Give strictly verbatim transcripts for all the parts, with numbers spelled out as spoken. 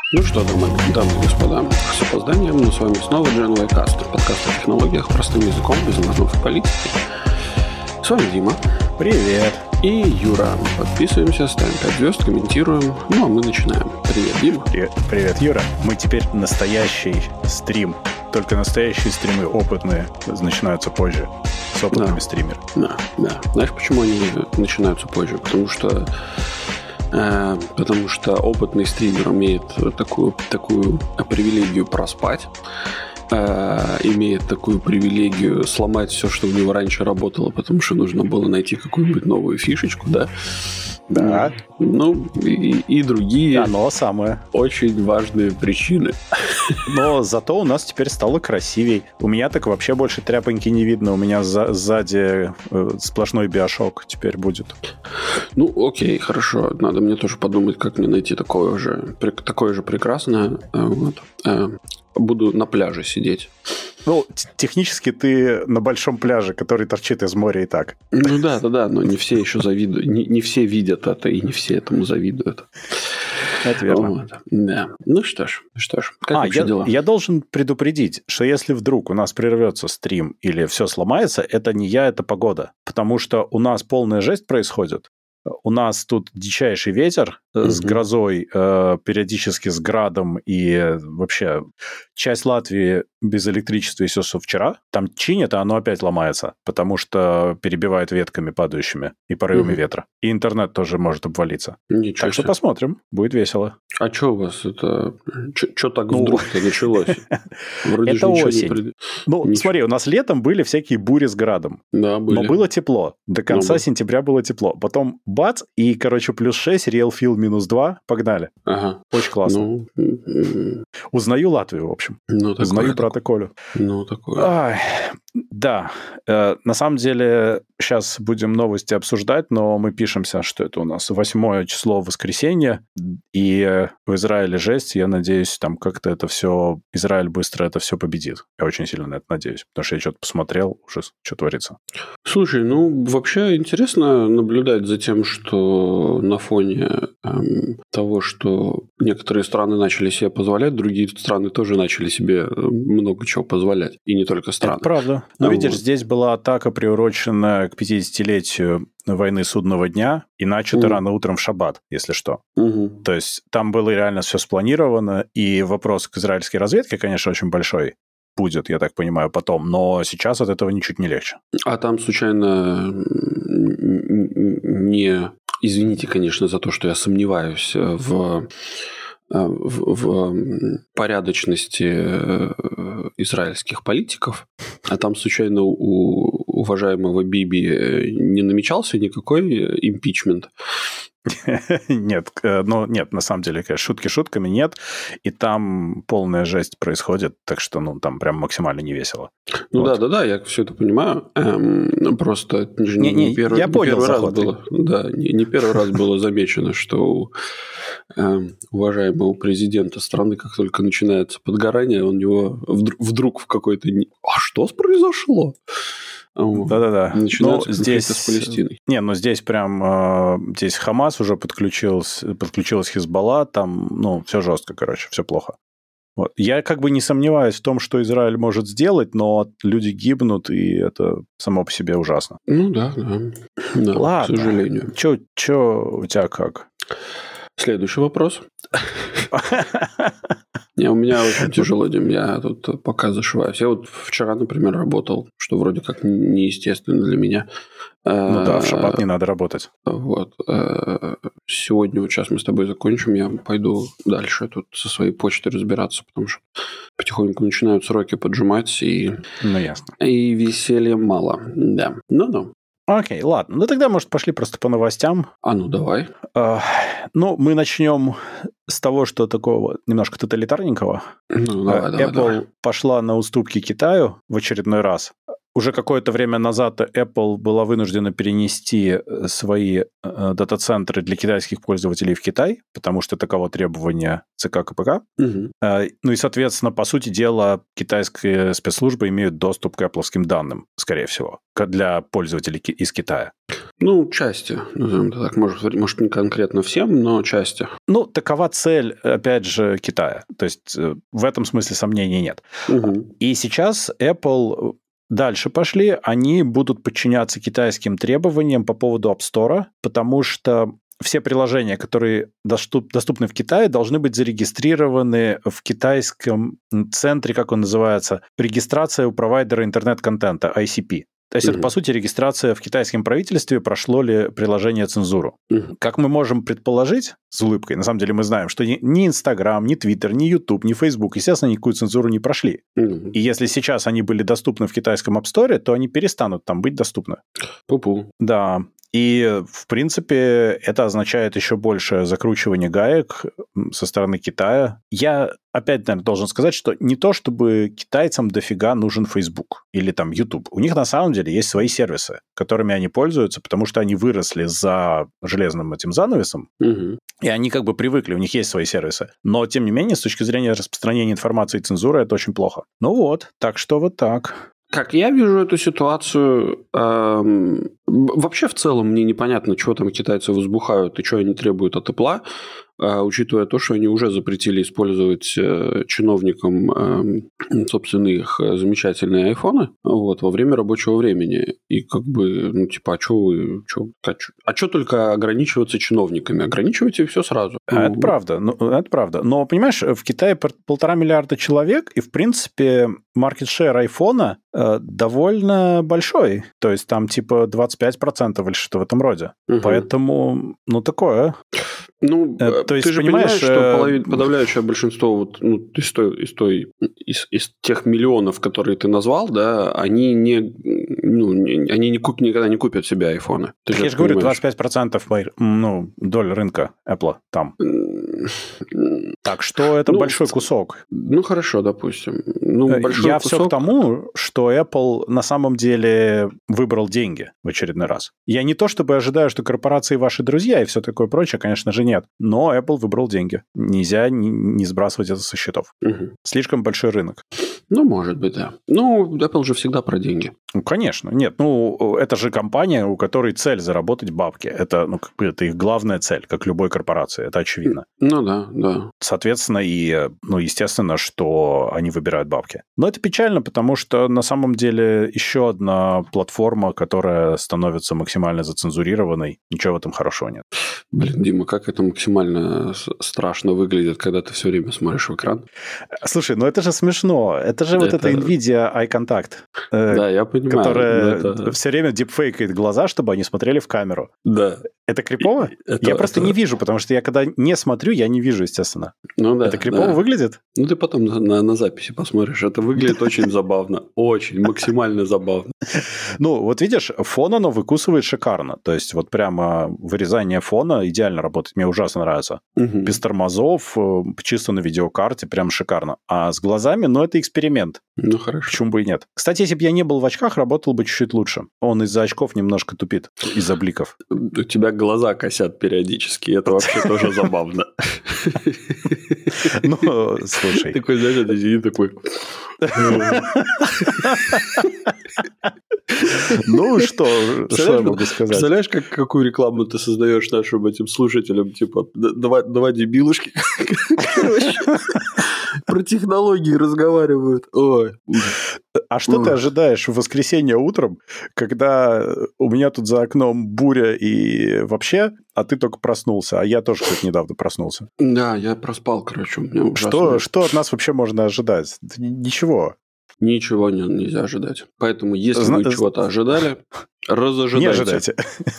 Ну что, дамы, дамы и господа, с опозданием, но с вами снова GenYcast, подкаст о технологиях простым языком, без нажимов и политики. С вами Дима. Привет. И Юра. Подписываемся, ставим пять звезд, комментируем. Ну, а мы начинаем. Привет, Дима. Привет, привет, Юра. Мы теперь настоящий стрим. Только настоящие стримы опытные начинаются позже. С опытными да. стримерами. Да, да. Знаешь, почему они начинаются позже? Потому что э, потому что опытный стример имеет такую, такую привилегию проспать. Uh, имеет такую привилегию сломать все, что у него раньше работало, потому что нужно было найти какую-нибудь новую фишечку, да? Да. Ну, и, и другие Оно самое. Очень важные причины. Но зато у нас теперь стало красивей. У меня так вообще больше тряпоньки не видно. У меня за- сзади э, сплошной биошок теперь будет. Ну, окей, хорошо. Надо мне тоже подумать, как мне найти такое же, такое же прекрасное. Вот. Буду на пляже сидеть. Ну, т- технически ты на большом пляже, который торчит из моря и так. Ну да, да, да, но не все еще завидуют, не, не все видят это, и не все этому завидуют. Это верно. Вот. Да. Ну что ж, что ж, как а, вообще я, дела? Я должен предупредить, что если вдруг у нас прервется стрим или все сломается, это не я, это погода. Потому что у нас полная жесть происходит. У нас тут дичайший ветер mm-hmm. с грозой, э, периодически с градом, и вообще часть Латвии без электричества еще со вчера. Там чинят, а оно опять ломается, потому что перебивает ветками падающими и порывами mm-hmm. ветра. И интернет тоже может обвалиться. Ничего так себе. что посмотрим, будет весело. А что у вас это... Что так ну... вдруг-то началось? Вроде это осень. Не... Ну, ничего. Смотри, у нас летом были всякие бури с градом. Да, были. Но было тепло. До конца но сентября было тепло. Потом бац, и, короче, плюс шесть, Real Feel минус два, погнали. Ага. Очень классно. Ну... Узнаю Латвию, в общем. Ну, Узнаю про Колю. Ну, такое. Ай, да. Э, на самом деле, сейчас будем новости обсуждать, но мы пишемся, что это у нас восьмое число воскресенья, и в Израиле жесть. Я надеюсь, там как-то это все... Израиль быстро это все победит. Я очень сильно на это надеюсь, потому что я что-то посмотрел, ужас, что творится. Слушай, ну, вообще интересно наблюдать за тем, что на фоне эм, того, что некоторые страны начали себе позволять, другие страны тоже начали себе много чего позволять. И не только страны. Это правда. Но а видишь, вот. Здесь была атака, приурочена к пятидесятилетию войны Судного дня, и начато mm. рано утром в шаббат, если что. Mm-hmm. То есть там было реально все спланировано, и вопрос к израильской разведке, конечно, очень большой будет, я так понимаю, потом, но сейчас от этого ничуть не легче. А там, случайно, не... Извините, конечно, за то, что я сомневаюсь в... В, в порядочности израильских политиков, а там случайно у уважаемого Биби не намечался никакой импичмент? Нет, ну нет, на самом деле, конечно, шутки шутками нет, и там полная жесть происходит, так что, ну, там прям максимально не весело. Ну вот. да, да, да, я все это понимаю, эм, просто не, не, не первый, я не понял первый раз заход. было, да, не, не первый раз было замечено, что у эм, уважаемого президента страны, как только начинается подгорание, у него вдруг, вдруг в какой-то... А что произошло? Да-да-да. Начинается ну, здесь с Палестиной. Не, ну здесь прям э, здесь Хамас уже подключился, подключилась Хизбалла, там, ну, все жестко, короче, все плохо. Вот. Я как бы не сомневаюсь в том, что Израиль может сделать, но люди гибнут, и это само по себе ужасно. Ну да, да. да Ладно. К сожалению. Чё, чё у тебя как? Следующий вопрос. Не, у меня очень тяжело, Дим, я тут пока зашиваюсь. Я вот вчера, например, работал, что вроде как неестественно для меня. Ну да, в шаббат не надо работать. Вот. Сегодня, вот сейчас мы с тобой закончим, я пойду дальше тут со своей почтой разбираться, потому что потихоньку начинают сроки поджимать, и... Ну, ясно. И веселья мало, да. Ну-ну. Окей, ладно. Ну, тогда, может, пошли просто по новостям. А ну, давай. Uh, ну, мы начнем с того, что такого немножко тоталитарненького. Ну, давай, uh, давай, Apple давай. пошла на уступки Китаю в очередной раз. Уже какое-то время назад Apple была вынуждена перенести свои э, дата-центры для китайских пользователей в Китай, потому что таково требование ЦК КПК. Угу. Э, ну и, соответственно, по сути дела, китайские спецслужбы имеют доступ к Apple'овским данным, скорее всего, для пользователей из Китая. Ну, части, назовем это так. Может, может, не конкретно всем, но части. Ну, такова цель, опять же, Китая. То есть в этом смысле сомнений нет. Угу. И сейчас Apple дальше пошли. Они будут подчиняться китайским требованиям по поводу App Store, потому что все приложения, которые доступны в Китае, должны быть зарегистрированы в китайском центре, как он называется, регистрация у провайдера интернет-контента, ай си пи. То есть mm-hmm. это, по сути, регистрация в китайском правительстве, прошло ли приложение цензуру. Mm-hmm. Как мы можем предположить, с улыбкой, на самом деле мы знаем, что ни Инстаграм, ни Твиттер, ни Ютуб, ни Фейсбук, естественно, никакую цензуру не прошли. Mm-hmm. И если сейчас они были доступны в китайском App Store, то они перестанут там быть доступны. Пу-пу. Да. И, в принципе, это означает еще большее закручивание гаек со стороны Китая. Я опять, наверное, должен сказать, что не то, чтобы китайцам дофига нужен Facebook или там YouTube. У них на самом деле есть свои сервисы, которыми они пользуются, потому что они выросли за железным этим занавесом, угу. и они как бы привыкли, у них есть свои сервисы. Но, тем не менее, с точки зрения распространения информации и цензуры, это очень плохо. Ну вот, так что вот так. Как я вижу эту ситуацию, эм, вообще в целом мне непонятно, чего там китайцы возбухают и что они требуют от Apple, э, учитывая то, что они уже запретили использовать э, чиновникам, э, собственно, их замечательные айфоны вот, во время рабочего времени. И как бы, ну, типа, а что вы... Чё, а что только ограничиваться чиновниками? Ограничивайте все сразу. Это ну, правда, ну, это правда. Но, понимаешь, в Китае полтора миллиарда человек, и, в принципе, маркет-шер айфона э, довольно большой. То есть там типа двадцать пять процентов или что-то в этом роде. Угу. Поэтому, ну, такое. Ну, э, то есть, ты же понимаешь, понимаешь, что половина, подавляющее большинство вот, ну, из, той, из, той, из, из тех миллионов, которые ты назвал, да, они не, ну, не, они не куп, никогда не купят себе айфоны. Ты так же я же говорю, двадцать пять процентов ну, доля рынка Apple там. Так что это ну, большой кусок. Ну, хорошо, допустим. Ну, большой я кусок... все к тому, что Apple на самом деле выбрал деньги в очередной раз. Я не то чтобы ожидаю, что корпорации ваши друзья и все такое прочее, конечно же, нет. Но Apple выбрал деньги. Нельзя не, не сбрасывать это со счетов. Угу. Слишком большой рынок. Ну, может быть, да. Ну, Apple же всегда про деньги. Ну, конечно. Нет, ну, это же компания, у которой цель заработать бабки. Это, ну, как бы, это их главная цель, как любой корпорации. Это очевидно. Ну, да, да. Соответственно, и, ну, естественно, что они выбирают бабки. Но это печально, потому что, на самом деле, еще одна платформа, которая становится максимально зацензурированной, ничего в этом хорошего нет. Блин, Дима, как это максимально страшно выглядит, когда ты все время смотришь в экран? Слушай, ну это же смешно. Это же это... вот это NVIDIA Eye Contact. Да, я понимаю. Которая это... все время дипфейкает глаза, чтобы они смотрели в камеру. Да. Это крипово? Это, я просто это... не вижу, потому что я когда не смотрю, я не вижу, естественно. Ну да. Это крипово да. выглядит? Ну ты потом на, на, на записи посмотришь. Это выглядит очень забавно. Очень, максимально забавно. Ну, вот видишь, фон оно выкусывает шикарно. То есть вот прямо вырезание фона идеально работает. Мне ужасно нравится. Угу. Без тормозов, чисто на видеокарте, прям шикарно. А с глазами, ну, это эксперимент. Ну, хорошо. Почему бы и нет? Кстати, если бы я не был в очках, работал бы чуть-чуть лучше. Он из-за очков немножко тупит, из-за бликов. У тебя глаза косят периодически, это вообще тоже забавно. Ну, слушай. Такой, знаешь, ты сидишь такой... Ну, что, что я могу сказать? Представляешь, как, какую рекламу ты создаешь нашим этим слушателям? Типа, давай, давай дебилушки. Про технологии разговаривают. Ой. А что ты ожидаешь в воскресенье утром, когда у меня тут за окном буря и вообще, а ты только проснулся, а я тоже, кстати, недавно проснулся. Да, я проспал, короче. Что, что от нас вообще можно ожидать? Ничего. Ничего не, нельзя ожидать. Поэтому, если Зна... вы чего-то ожидали, разожидайте. Не ожидайте.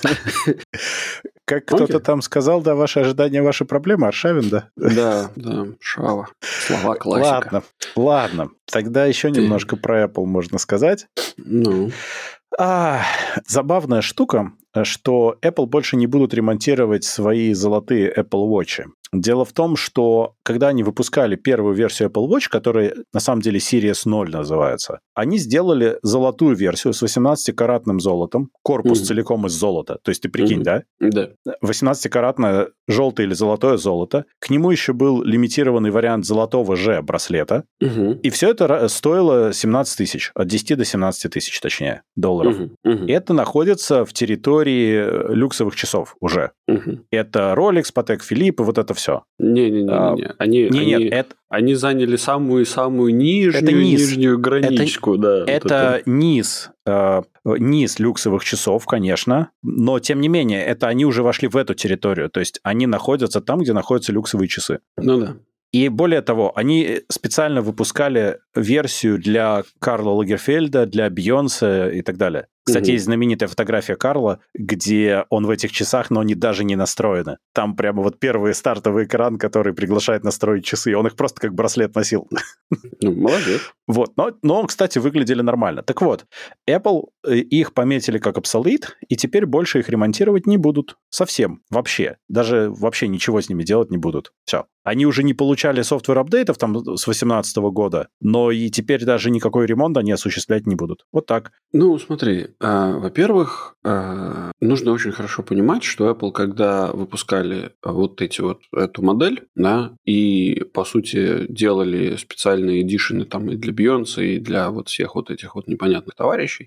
Как кто-то там сказал, да, ваши ожидания, ваши проблемы, Аршавин, да? Да, да, Шава. Слова классика. Ладно, ладно. Тогда еще немножко про Apple можно сказать. Ну... А, забавная штука, что Apple больше не будут ремонтировать свои золотые Apple Watch. Дело в том, что когда они выпускали первую версию Apple Watch, которая на самом деле Series ноль называется, они сделали золотую версию с восемнадцатикаратным золотом, корпус mm-hmm. целиком из золота. То есть ты прикинь, mm-hmm. да? Да. восемнадцатикаратное желтое или золотое золото. К нему еще был лимитированный вариант золотого же браслета. Mm-hmm. И все это стоило семнадцать тысяч, от десяти до семнадцати тысяч, точнее, долларов. Mm-hmm. Mm-hmm. И это находится в территории люксовых часов уже. Mm-hmm. Это Rolex, Patek Philippe, вот это все. Не-не-не, а, они, не, они, нет, это... они заняли самую-самую нижнюю, низ. нижнюю граничку. Это, да, это, вот это низ, э, низ люксовых часов, конечно, но тем не менее, это они уже вошли в эту территорию, то есть они находятся там, где находятся люксовые часы. Ну да. И более того, они специально выпускали версию для Карла Лагерфельда, для Бейонсе и так далее. Кстати, mm-hmm. есть знаменитая фотография Карла, где он в этих часах, но они даже не настроены. Там прямо вот первый стартовый экран, который приглашает настроить часы. Он их просто как браслет носил. Ну, молодец. Вот. Но, но, кстати, выглядели нормально. Так вот, Apple их пометили как obsolete, и теперь больше их ремонтировать не будут. Совсем. Вообще. Даже вообще ничего с ними делать не будут. Все. Они уже не получали софтвер-апдейтов там с две тысячи восемнадцатого года, но и теперь даже никакой ремонт они осуществлять не будут. Вот так. Ну, смотри, а, во-первых, а, нужно очень хорошо понимать, что Apple, когда выпускали вот эти вот, эту модель, да, и, по сути, делали специальные эдишены там и для Бейонсе, и для вот всех вот этих вот непонятных товарищей,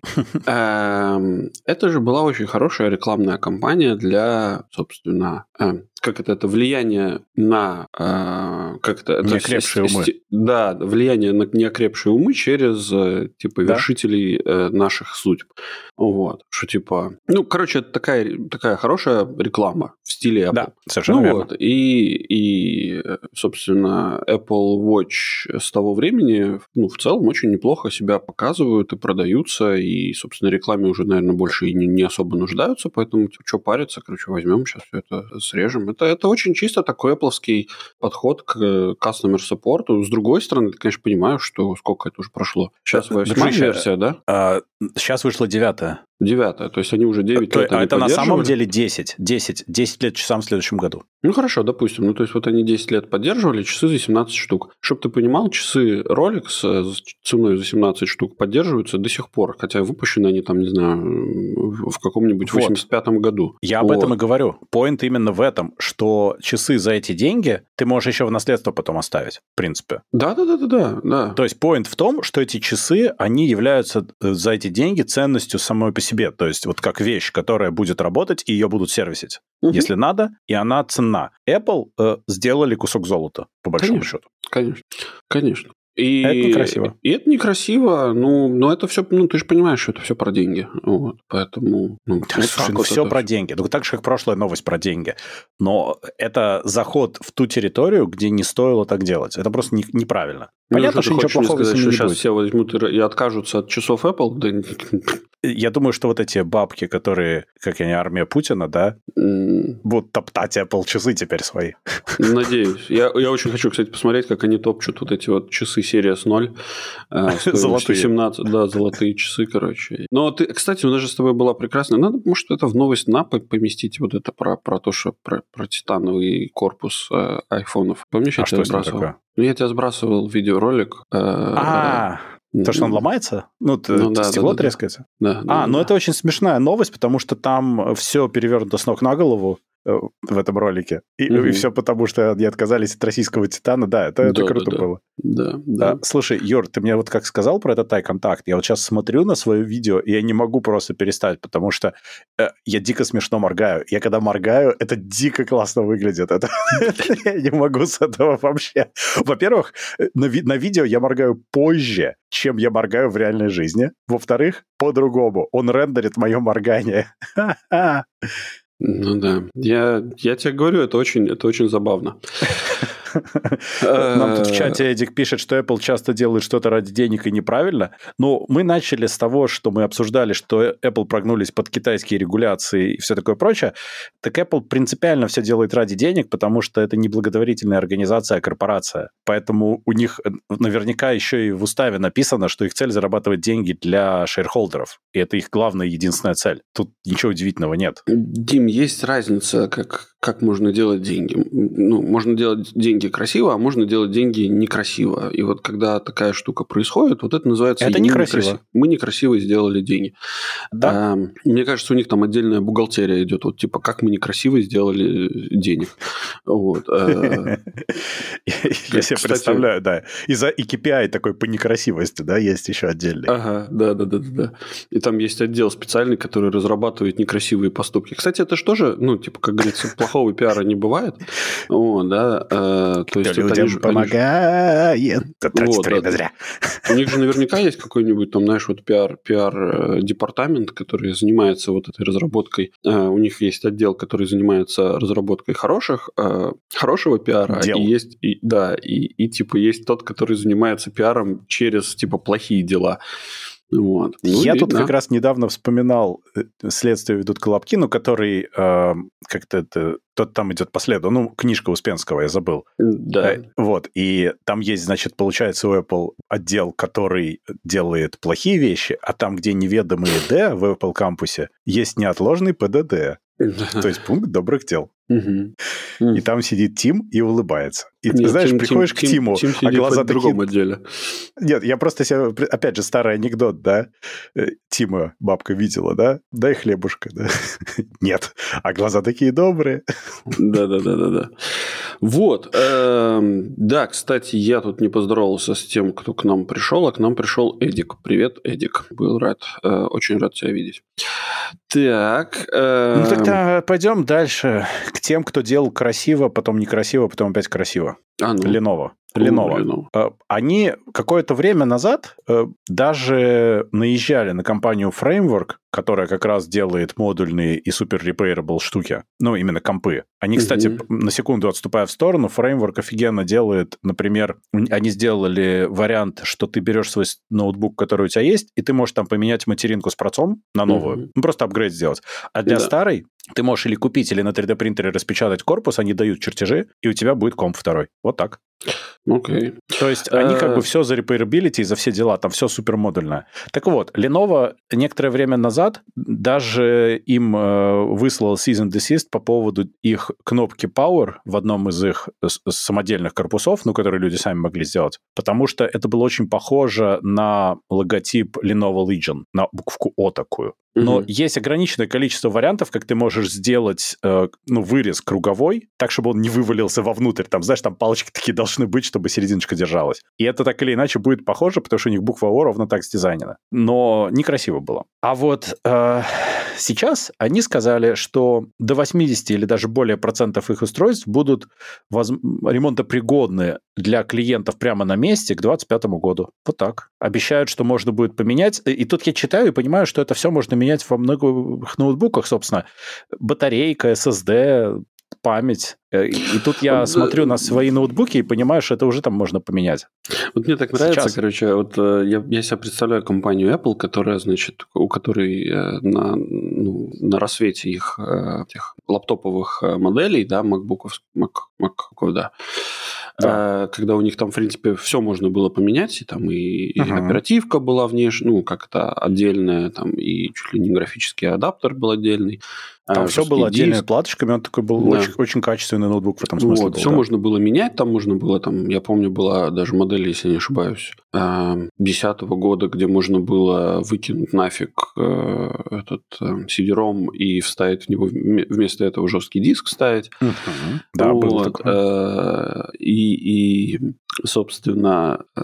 это же была очень хорошая рекламная кампания для, собственно, как это, это влияние на... Э, как это, неокрепшие это, умы. Да, влияние на неокрепшие умы через, типа, да? вершителей э, наших судеб. Вот. Что, типа... Ну, короче, это такая, такая хорошая реклама в стиле Apple. Да, совершенно ну, верно. Вот. И, и, собственно, Apple Watch с того времени, ну, в целом, очень неплохо себя показывают и продаются, и, собственно, рекламе уже, наверное, больше и не, не особо нуждаются, поэтому, типа, что париться, короче, возьмем сейчас все это срежем. Это, это очень чисто такой Apple-ский подход к customer support. С другой стороны, ты, конечно, понимаешь, что сколько это уже прошло. Сейчас восьмая версия, да? А, сейчас вышла девятая. Девятая, то есть они уже девять то, лет А это на самом деле десять. десять. десять лет часам в следующем году. Ну, хорошо, допустим. Ну, то есть вот они десять лет поддерживали, часы за семнадцать штук. Чтоб ты понимал, часы Rolex с ценой за семнадцать штук поддерживаются до сих пор, хотя выпущены они там, не знаю, в каком-нибудь вот. восемьдесят пятом году. Я вот. об этом и говорю. Поинт именно в этом, что часы за эти деньги ты можешь еще в наследство потом оставить, в принципе. Да-да-да-да. да. То есть поинт в том, что эти часы, они являются за эти деньги ценностью самой по себе. То есть вот как вещь, которая будет работать, и ее будут сервисить, угу. если надо, и она ценна. Apple э, сделали кусок золота, по большому конечно, счету. Конечно, конечно. И это некрасиво. И это некрасиво, ну, но это все, ну, ты же понимаешь, что это все про деньги. Вот, поэтому... Ну, да, вот слушай, ну, вот все это... про деньги. Ну, так же, как прошлая новость про деньги. Но это заход в ту территорию, где не стоило так делать. Это просто не, неправильно. Понятно, ну, что ничего плохого сказать, с ними что не сейчас будет. все возьмут и откажутся от часов Apple? Да... Я думаю, что вот эти бабки, которые, как они, армия Путина, да, mm. будут топтать Apple часы теперь свои. Надеюсь. Я, я очень хочу, кстати, посмотреть, как они топчут вот эти вот часы Series ноль. Золотые. семнадцать, да, золотые часы, короче. Но ты, кстати, у нас же с тобой была прекрасная... Надо, может, это в новость на поместить, вот это про, про то, что про, про титановый корпус э, айфонов. Помнишь, я а тебя что сбрасывал? Ну, я тебя сбрасывал видеоролик. Э, а То, что он ломается? Ну, ну да, стекло да, да, трескается? Да, а, да, ну да. это очень смешная новость, потому что там все перевернуто с ног на голову в этом ролике. И, угу. и все потому, что они отказались от российского титана. Да, это, да, это круто да, было. Да, да. А, слушай, Юр, ты мне вот как сказал про этот ай-контакт, я вот сейчас смотрю на свое видео, и я не могу просто перестать, потому что э, я дико смешно моргаю. Я когда моргаю, это дико классно выглядит. Это, я не могу с этого вообще. Во-первых, на, ви- на видео я моргаю позже, чем я моргаю в реальной жизни. Во-вторых, по-другому. Он рендерит мое моргание. Ну да, я, я тебе говорю, это очень, это очень забавно. Нам тут в чате Эдик пишет, что Apple часто делает что-то ради денег и неправильно. Но мы начали с того, что мы обсуждали, что Apple прогнулись под китайские регуляции и все такое прочее. Так Apple принципиально все делает ради денег, потому что это не благотворительная организация, а корпорация. Поэтому у них наверняка еще и в уставе написано, что их цель зарабатывать деньги для шейрхолдеров. И это их главная и единственная цель. Тут ничего удивительного нет. Дим, есть разница, как, как можно делать деньги. Ну, можно делать деньги красиво, а можно делать деньги некрасиво. И вот когда такая штука происходит, вот это называется... Это некрасиво. некрасиво. Мы некрасиво сделали деньги. Да. А, мне кажется, у них там отдельная бухгалтерия идет. Вот типа, как мы некрасиво сделали денег. Вот. Я себе представляю, да. И кей пи ай такой по некрасивости, да, есть еще отдельный. Ага, да-да-да. И там есть отдел специальный, который разрабатывает некрасивые поступки. Кстати, это же тоже, ну, типа, как говорится, плохого пиара не бывает. О, да. Э, то есть людям это помогает. Вот, да. Зря. У них же наверняка есть какой-нибудь, там, знаешь, вот пиар, пиар-департамент, который занимается вот этой разработкой. У них есть отдел, который занимается разработкой хороших, хорошего пиара. Дел. И есть, и, да, и, и, типа, есть тот, который занимается пиаром через, типа, плохие дела. Вот. Ну, Я и, тут да. как раз недавно вспоминал «Следствие ведут Колобкину», который э, как-то это, тот там идет по следу, ну, книжка Успенского, я забыл. Да. Э, вот, и там есть, значит, получается у Apple отдел, который делает плохие вещи, а там, где неведомые D в Apple кампусе, есть неотложный пэ дэ дэ, то есть пункт добрых дел. Угу. И там сидит Тим и улыбается. И Нет, ты знаешь, Тим, приходишь Тим, к Тиму, Тим, Тим а глаза в такие... другом отделе. Нет, я просто себе... Опять же, старый анекдот, да? Тима бабка видела, да? Дай хлебушка, да? Нет. А глаза такие добрые. Да-да-да-да-да. Вот. Да, кстати, я тут не поздоровался с тем, кто к нам пришел, а к нам пришел Эдик. Привет, Эдик. Был рад. Очень рад тебя видеть. Так. Ну, тогда пойдем дальше к тем, кто делал красиво, потом некрасиво, потом опять красиво. А, ну. Lenovo. Lenovo. Lenovo. Они какое-то время назад даже наезжали на компанию Framework, которая как раз делает модульные и супер repairable штуки. Ну, именно компы. Они, кстати, угу. на секунду отступая в сторону, Framework офигенно делает, например, они сделали вариант, что ты берешь свой ноутбук, который у тебя есть, и ты можешь там поменять материнку с процом на новую. Угу. Ну, просто апгрейд сделать. А для да. старой ты можешь или купить, или на три дэ принтере распечатать корпус, они дают чертежи, и у тебя будет комп второй. Вот так. Окей. Okay. То есть они как бы все за repairability и за все дела, там все супер модульно. Так вот, Lenovo некоторое время назад даже им э, выслал cease and desist по поводу их кнопки Power в одном из их самодельных корпусов, ну, которые люди сами могли сделать, потому что это было очень похоже на логотип Lenovo Legion, на букву О такую. Но mm-hmm. есть ограниченное количество вариантов, как ты можешь сделать э, ну, вырез круговой, так, чтобы он не вывалился вовнутрь. Там, знаешь, там палочки такие должны быть, чтобы серединочка держалась. И это так или иначе будет похоже, потому что у них буква О ровно так сдизайнена. Но некрасиво было. А вот э, сейчас они сказали, что до восемьдесят или даже более процентов их устройств будут воз... ремонтопригодны для клиентов прямо на месте к двадцать пятому году. Вот так. Обещают, что можно будет поменять. И тут я читаю и понимаю, что это все можно менять во многих ноутбуках, собственно. Батарейка, эс эс ди, память. И тут я смотрю на свои ноутбуки и понимаю, что это уже там можно поменять. Вот мне так нравится, Сейчас. короче, вот я, я себе представляю компанию Apple, которая, значит, у которой на, ну, на рассвете их этих лаптоповых моделей, да, MacBook'ов, Mac, MacBook'ов, да, Да. Когда у них там, в принципе, все можно было поменять, и там и, и uh-huh. оперативка была внешне, ну, как-то отдельная, там, и чуть ли не графический адаптер был отдельный. Там все было отдельными платочками, он такой был да. очень, очень качественный ноутбук в этом смысле. Вот, был, все да. можно было менять, там можно было, там, я помню, была даже модель, если не ошибаюсь, десятого года, где можно было выкинуть нафиг этот си ди-ром и вставить в него вместо этого жесткий диск ставить. Uh-huh. Да, вот. было такое. И, и, собственно,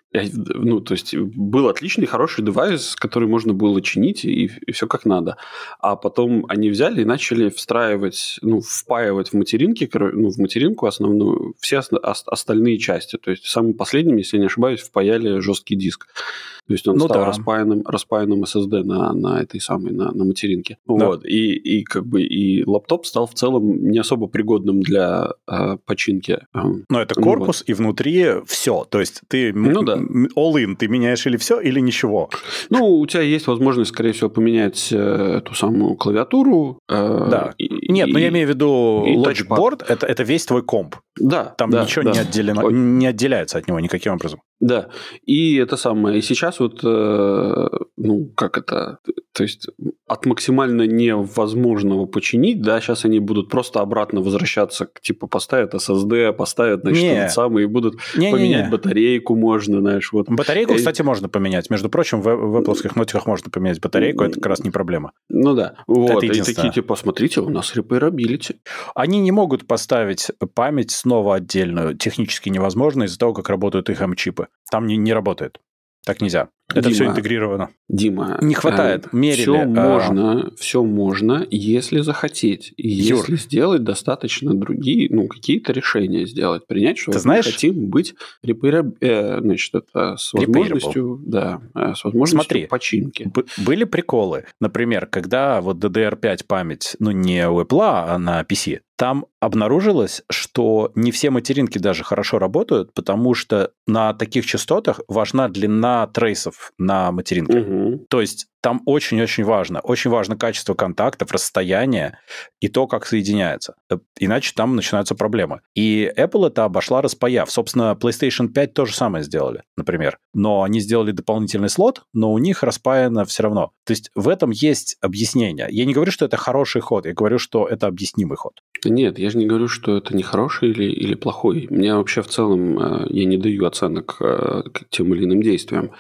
Ну, то есть был отличный, хороший девайс, который можно было чинить, и, и все как надо. А потом они взяли и начали встраивать, ну, впаивать в материнки, ну, в материнку основную все остальные части. То есть самым последним, если я не ошибаюсь, впаяли жесткий диск. То есть он ну, стал да. распаянным, распаянным эс эс ди на, на этой самой, на, на материнке. Да. Вот. И, и как бы и лаптоп стал в целом не особо пригодным для э, починки. Но это корпус, ну, вот. И внутри все. То есть ты ну, да. all-in, ты меняешь или все, или ничего. Ну, у тебя есть возможность, скорее всего, поменять э, эту самую клавиатуру. Э, да. И, Нет, и, но я имею в виду Logic Board, это, это весь твой комп. Да. Там да, ничего да. Не, отделено, не отделяется от него никаким образом. Да. И это самое. И сейчас вот, э, ну, как это... То есть от максимально невозможного починить, да, сейчас они будут просто обратно возвращаться, к, типа, поставят эс эс ди, поставят, значит, не. Этот самый, и будут не, поменять не, не. батарейку можно, знаешь, вот. Батарейку, и... кстати, можно поменять. Между прочим, в, в Apple-ских ноутиках можно поменять батарейку, это как раз не проблема. Ну да. Вот. Это единственное. И такие, типа, смотрите, у нас repairability. Они не могут поставить память снова отдельную, технически невозможно из-за того, как работают их эм-чипы. Там не, не работает. Так нельзя. Это Дима, все интегрировано. Дима, не хватает. Э, Мерили. Все можно, все можно, если захотеть. И Юр. Если сделать достаточно другие, ну, какие-то решения сделать. Принять, что Ты мы знаешь, хотим быть repair, э, значит, это, с возможностью, да, с возможностью Смотри, починки. Б- были приколы. Например, когда вот ди ди ар пять память, ну, не у Apple, а на пи си, там обнаружилось, что не все материнки даже хорошо работают, потому что на таких частотах важна длина трейсов на материнке. Угу. То есть там очень-очень важно. Очень важно качество контактов, расстояние и то, как соединяется. Иначе там начинаются проблемы. И Apple это обошла, распаяв. Собственно, PlayStation пять то же самое сделали, например. Но они сделали дополнительный слот, но у них распаяно все равно. То есть в этом есть объяснение. Я не говорю, что это хороший ход, я говорю, что это объяснимый ход. Нет, я же не говорю, что это не хороший или, или плохой. Мне вообще в целом, я не даю оценок к тем или иным действиям.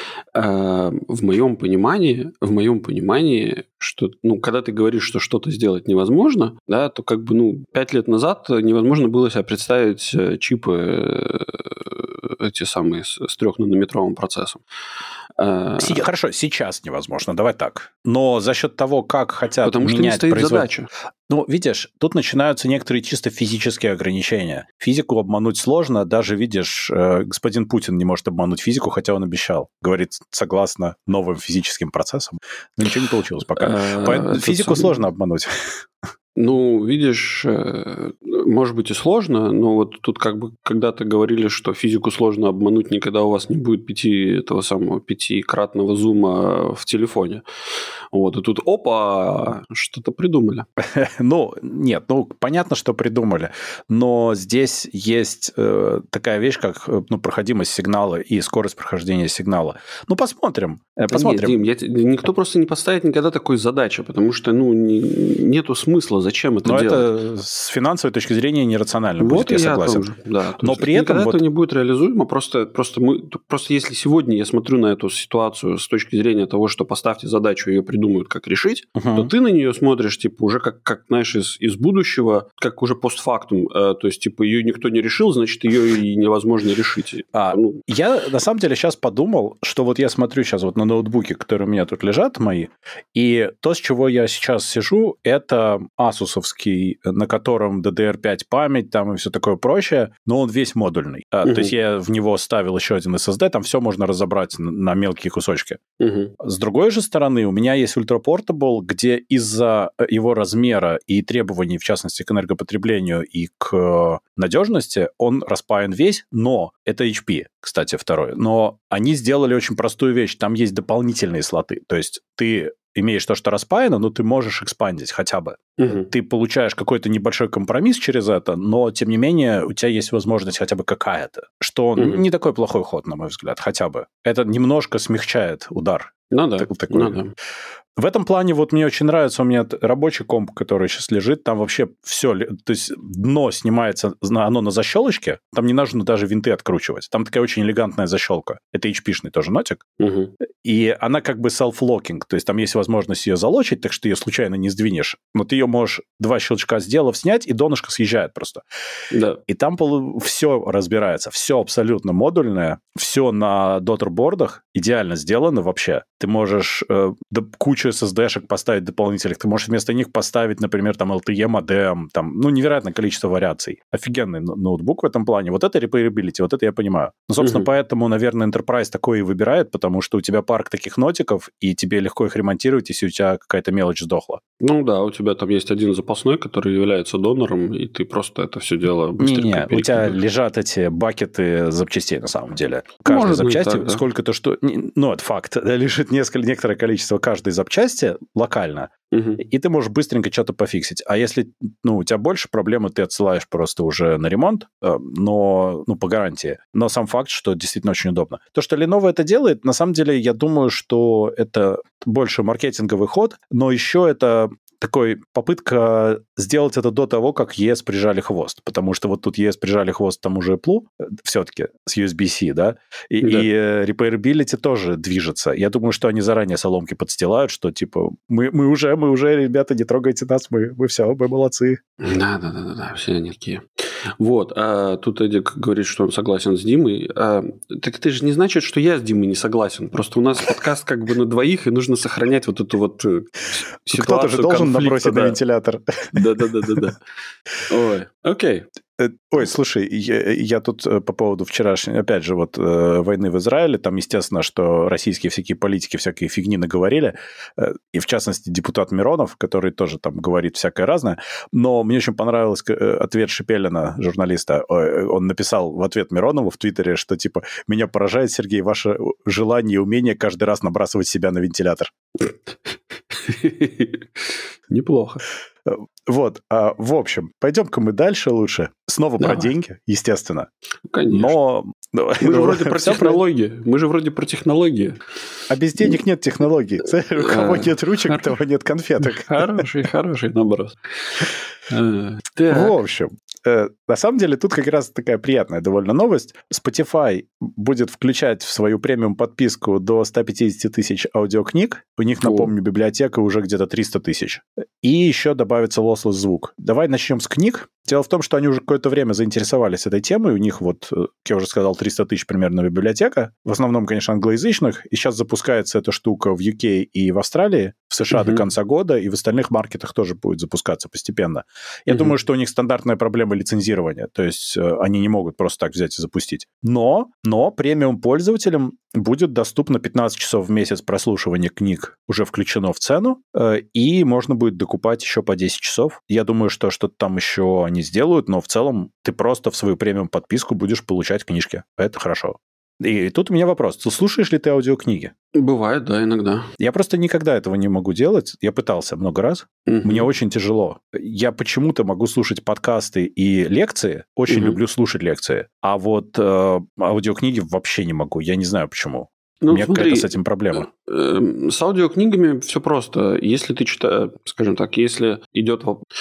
В моем понимании, в моем понимании, что, ну, когда ты говоришь, что что-то сделать невозможно, да, то как бы, ну, пять лет назад невозможно было себе представить чипы эти самые с, с трехнанометровым процессом. Си- Хорошо, сейчас невозможно, давай так. Но за счет того, как хотят Потому менять что не стоит производ... задача. Ну, видишь, тут начинаются некоторые чисто физические ограничения. Физику обмануть сложно, даже, видишь, господин Путин не может обмануть физику, хотя он обещал. Говорит, согласно новым физическим процессам. Но ничего не получилось пока. Физику сложно обмануть. Ну, видишь, может быть и сложно, но вот тут как бы когда-то говорили, что физику сложно обмануть, никогда у вас не будет пяти, этого самого пятикратного зума в телефоне. Вот, и тут опа, что-то придумали. Ну, нет, ну, понятно, что придумали, но здесь есть э, такая вещь, как ну, проходимость сигнала и скорость прохождения сигнала. Ну, посмотрим. посмотрим. Нет, Дим, я, никто просто не поставит никогда такой задачи, потому что, ну, не, нету смысла, зачем это но делать. Но это с финансовой точки зрения нерационально вот будет, я согласен. Тоже, да, но при этом... Никогда вот... это не будет реализуемо, просто, просто, мы, просто если сегодня я смотрю на эту ситуацию с точки зрения того, что поставьте задачу, ее придумают, как решить, uh-huh. то ты на нее смотришь, типа, уже как, как знаешь, из, из будущего, как уже постфактум, э, то есть, типа, ее никто не решил, значит, ее и невозможно решить. А, ну... Я, на самом деле, сейчас подумал, что вот я смотрю сейчас вот на ноутбуки, которые у меня тут лежат, мои, и то, с чего я сейчас сижу, это асусовский, на котором ди ди ар пять память там и все такое прочее, но он весь модульный. Uh-huh. А, то есть, я в него ставил еще один эс эс ди, там все можно разобрать на, на мелкие кусочки. Uh-huh. С другой же стороны, у меня есть Ultra Portable, где из-за его размера и требований, в частности, к энергопотреблению и к надежности, он распаян весь, но это эйч пи, кстати, второй. Но они сделали очень простую вещь, там есть дополнительные слоты, то есть ты имеешь то, что распаяно, но ты можешь экспандить хотя бы. Угу. Ты получаешь какой-то небольшой компромисс через это, но, тем не менее, у тебя есть возможность хотя бы какая-то, что угу. не такой плохой ход, на мой взгляд, хотя бы. Это немножко смягчает удар. Ну да, такой. ну да. В этом плане вот мне очень нравится, у меня рабочий комп, который сейчас лежит, там вообще все, то есть дно снимается, оно на защелочке, там не нужно даже винты откручивать. Там такая очень элегантная защелка. Это эйч пи-шный тоже нотик. Угу. И она как бы self-locking, то есть там есть возможность ее залочить, так что ты ее случайно не сдвинешь. Но ты ее можешь два щелчка сделав снять, и донышко съезжает просто. Да. И там все разбирается, все абсолютно модульное, все на доттербордах идеально сделано вообще. Ты можешь э, кучу эс эс ди-шек поставить дополнительных, ты можешь вместо них поставить, например, там эл ти и-модем, там, ну, невероятное количество вариаций. Офигенный ноутбук в этом плане. Вот это repairability, вот это я понимаю. Ну, собственно, угу. поэтому, наверное, Enterprise такое и выбирает, потому что у тебя парк таких нотиков, и тебе легко их ремонтировать, если у тебя какая-то мелочь сдохла. Ну да, у тебя там есть один запасной, который является донором, и ты просто это все дело быстренько Не-не, у тебя лежат эти бакеты запчастей, на самом деле. Каждой Может запчасти так, да. сколько-то что... Ну, это факт. Лежит несколько, некоторое количество каждой запчасти локально, угу. и ты можешь быстренько что-то пофиксить. А если ну, у тебя больше проблемы, ты отсылаешь просто уже на ремонт, но ну, по гарантии. Но сам факт, что действительно очень удобно. То, что Lenovo это делает, на самом деле, я думаю, что это больше маркетинговый ход, но еще это такой попытка сделать это до того, как и эс прижали хвост. Потому что вот тут и эс прижали хвост тому же Apple, все-таки с ю эс би-C, да? И, да. и repairability тоже движется. Я думаю, что они заранее соломки подстилают, что типа мы, мы уже, мы уже, ребята, не трогайте нас, мы, мы все, мы молодцы. Да-да-да, все они такие. Вот, а тут Эдик говорит, что он согласен с Димой. А, так это же не значит, что я с Димой не согласен. Просто у нас подкаст как бы на двоих, и нужно сохранять вот эту вот ситуацию. Кто-то же должен набросить да. на вентилятор. Да-да-да-да. Ой, окей. Ой, слушай, я, я тут по поводу вчерашней, опять же, вот войны в Израиле, там, естественно, что российские всякие политики всякие фигни наговорили, и, в частности, депутат Миронов, который тоже там говорит всякое разное, но мне очень понравился ответ Шепелина, журналиста. Он написал в ответ Миронову в Твиттере, что, типа, меня поражает, Сергей, ваше желание и умение каждый раз набрасывать себя на вентилятор. Неплохо. Вот, а, в общем, пойдем-ка мы дальше лучше. Снова Давай. Про деньги, естественно. Конечно. Но... Мы же вроде про технологии. Мы же вроде про технологии. А без денег нет технологий. У кого нет ручек, у того нет конфеток. Хороший, хороший наброс. В общем, на самом деле тут как раз такая приятная довольно новость. Spotify будет включать в свою премиум-подписку до сто пятьдесят тысяч аудиокниг. У них, напомню, библиотека уже где-то триста тысяч. И еще добавится lossless звук. Давай начнем с книг. Дело в том, что они уже какое-то время заинтересовались этой темой. У них вот, как я уже сказал, триста тысяч примерно библиотека. В основном, конечно, англоязычных. И сейчас запускается эта штука в ю кей и в Австралии, в США uh-huh. до конца года, и в остальных маркетах тоже будет запускаться постепенно. Я uh-huh. думаю, что у них стандартная проблема лицензирования. То есть они не могут просто так взять и запустить. Но, но премиум-пользователям будет доступно пятнадцать часов в месяц прослушивания книг, уже включено в цену, и можно будет докупать еще по десять часов. Я думаю, что что-то там еще они сделают, но в целом ты просто в свою премиум-подписку будешь получать книжки. Это хорошо. И тут у меня вопрос. Ты слушаешь ли ты аудиокниги? Бывает, да, иногда. Я просто никогда этого не могу делать. Я пытался много раз. Угу. Мне очень тяжело. Я почему-то могу слушать подкасты и лекции. Очень угу. люблю слушать лекции. А вот э, аудиокниги вообще не могу. Я не знаю почему. Ну, У меня смотри, какая-то с этим проблема. С аудиокнигами все просто. Если ты читаешь, скажем так, если идет...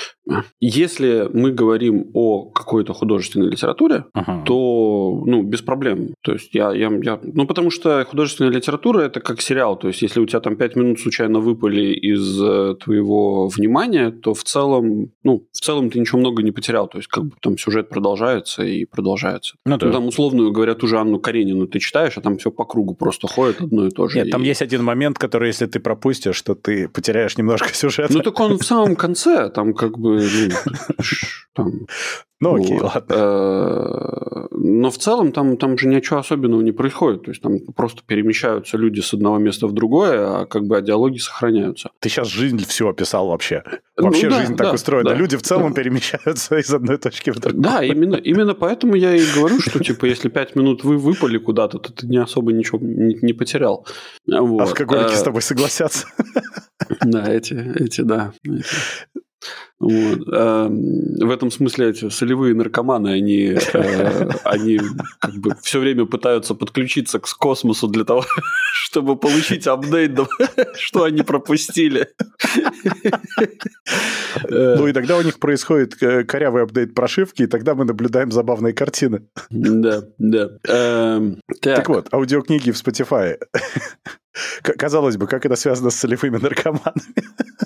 Если мы говорим о какой-то художественной литературе, uh-huh. то, ну, без проблем. То есть я, я, я... Ну, потому что художественная литература – это как сериал. То есть если у тебя там пять минут случайно выпали из твоего внимания, то в целом, ну, в целом ты ничего много не потерял. То есть как бы там сюжет продолжается и продолжается. Ну, да. Ну, там, условно говоря, ту же Анну Каренину ты читаешь, а там все по кругу просто ходит одно и то же. Нет, и... там есть один момент, который, если ты пропустишь, то ты потеряешь немножко сюжета. Ну, так он в самом конце, там как бы... Ну, там, ну окей, вот. Ладно. Но в целом там, там же ничего особенного не происходит. То есть там просто перемещаются люди с одного места в другое, а как бы а диалоги сохраняются. Ты сейчас жизнь всю описал вообще. Вообще ну, да, жизнь да, так устроена. Да, люди в целом да. перемещаются из одной точки в другую. Да, именно, именно поэтому я и говорю, что типа если пять минут вы выпали куда-то, то ты не особо ничего не, не потерял. Вот. Алкоголики а, с тобой согласятся. Да, эти, эти, да. Эти. Вот. А, в этом смысле эти солевые наркоманы, они, э, они как бы все время пытаются подключиться к космосу для того, чтобы получить апдейт, что они пропустили. Ну и тогда у них происходит корявый апдейт прошивки, и тогда мы наблюдаем забавные картины. Да, да. Эм, так. так вот, аудиокниги в Spotify. Казалось бы, как это связано с солевыми наркоманами?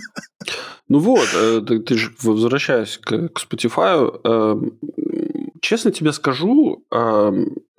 Ну вот, ты, ты же, возвращаясь к, к Spotify, э, честно тебе скажу, э,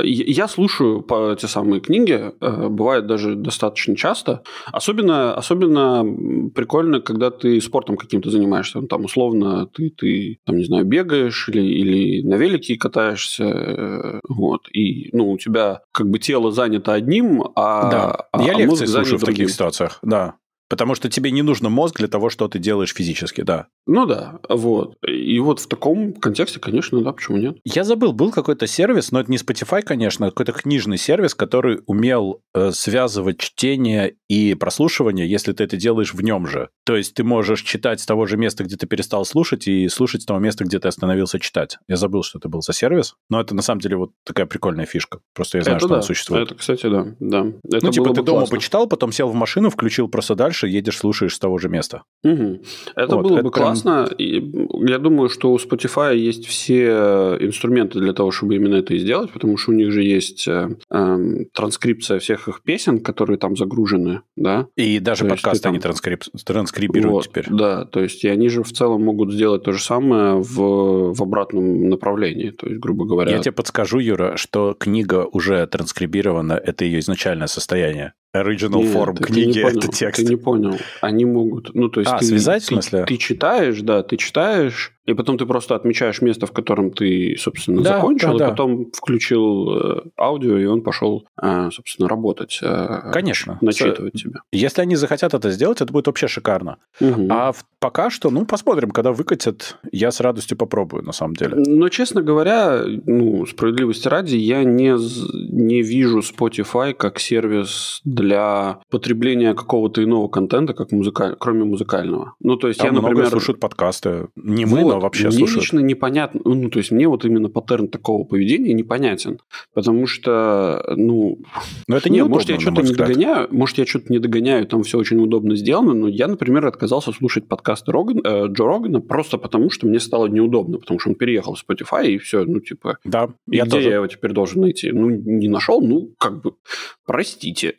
я слушаю по те самые книги, э, бывает даже достаточно часто. Особенно, особенно прикольно, когда ты спортом каким-то занимаешься. Там, условно, ты, ты там, не знаю, бегаешь или, или на велике катаешься. Э, вот, и ну, у тебя как бы тело занято одним, а, да. а, я а лекции слушаю в другим. таких ситуациях, да. Потому что тебе не нужно мозг для того, что ты делаешь физически, да. Ну да, вот. И вот в таком контексте, конечно, да, почему нет? Я забыл, был какой-то сервис, но это не Spotify, конечно, а какой-то книжный сервис, который умел э, связывать чтение и прослушивание, если ты это делаешь в нем же. То есть ты можешь читать с того же места, где ты перестал слушать, и слушать с того места, где ты остановился читать. Я забыл, что это был за сервис, но это на самом деле вот такая прикольная фишка. Просто я знаю, это что да. она существует. Это, кстати, да. да. Это ну, типа ты дома классно. почитал, потом сел в машину, включил просто дальше, едешь, слушаешь с того же места. Угу. Это вот, было это бы прям... классно. И я думаю, что у Spotify есть все инструменты для того, чтобы именно это и сделать, потому что у них же есть э, э, транскрипция всех их песен, которые там загружены, да. И даже то подкасты там... они транскрип... транскрибируют вот, теперь. Да, то есть и они же в целом могут сделать то же самое в, в обратном направлении, то есть, грубо говоря... Я тебе подскажу, Юра, что книга уже транскрибирована, это ее изначальное состояние. Original Нет, form ты, книги ты это текст. Ты не понял. Они могут... Ну, то есть а, ты, связать, ты, в смысле? Ты читаешь, да, ты читаешь, и потом ты просто отмечаешь место, в котором ты, собственно, да, закончил, да, и да. потом включил э, аудио, и он пошел, э, собственно, работать. Э, Конечно. Начитывать С... тебя. Если они захотят это сделать, это будет вообще шикарно. Угу. А в... пока что, ну, посмотрим, когда выкатят, я с радостью попробую, на самом деле. Но, честно говоря, ну, справедливости ради, я не, не вижу Spotify как сервис для потребления какого-то иного контента, как музыка... кроме музыкального. Ну, то есть Там я, например... много слушают подкасты. Не мы, вот, но вообще мне слушают. Мне лично непонятно... Ну, то есть мне вот именно паттерн такого поведения непонятен. Потому что, ну... Но это не ну, может, я что-то не взгляд. догоняю, может, я что-то не догоняю, там все очень удобно сделано, но я, например, отказался слушать подкасты Роган, э, Джо Рогана просто потому, что мне стало неудобно, потому что он переехал в Spotify, и все, ну, типа... Да, и я где тоже. я его теперь должен найти? Ну, не нашел, ну, как бы, простите.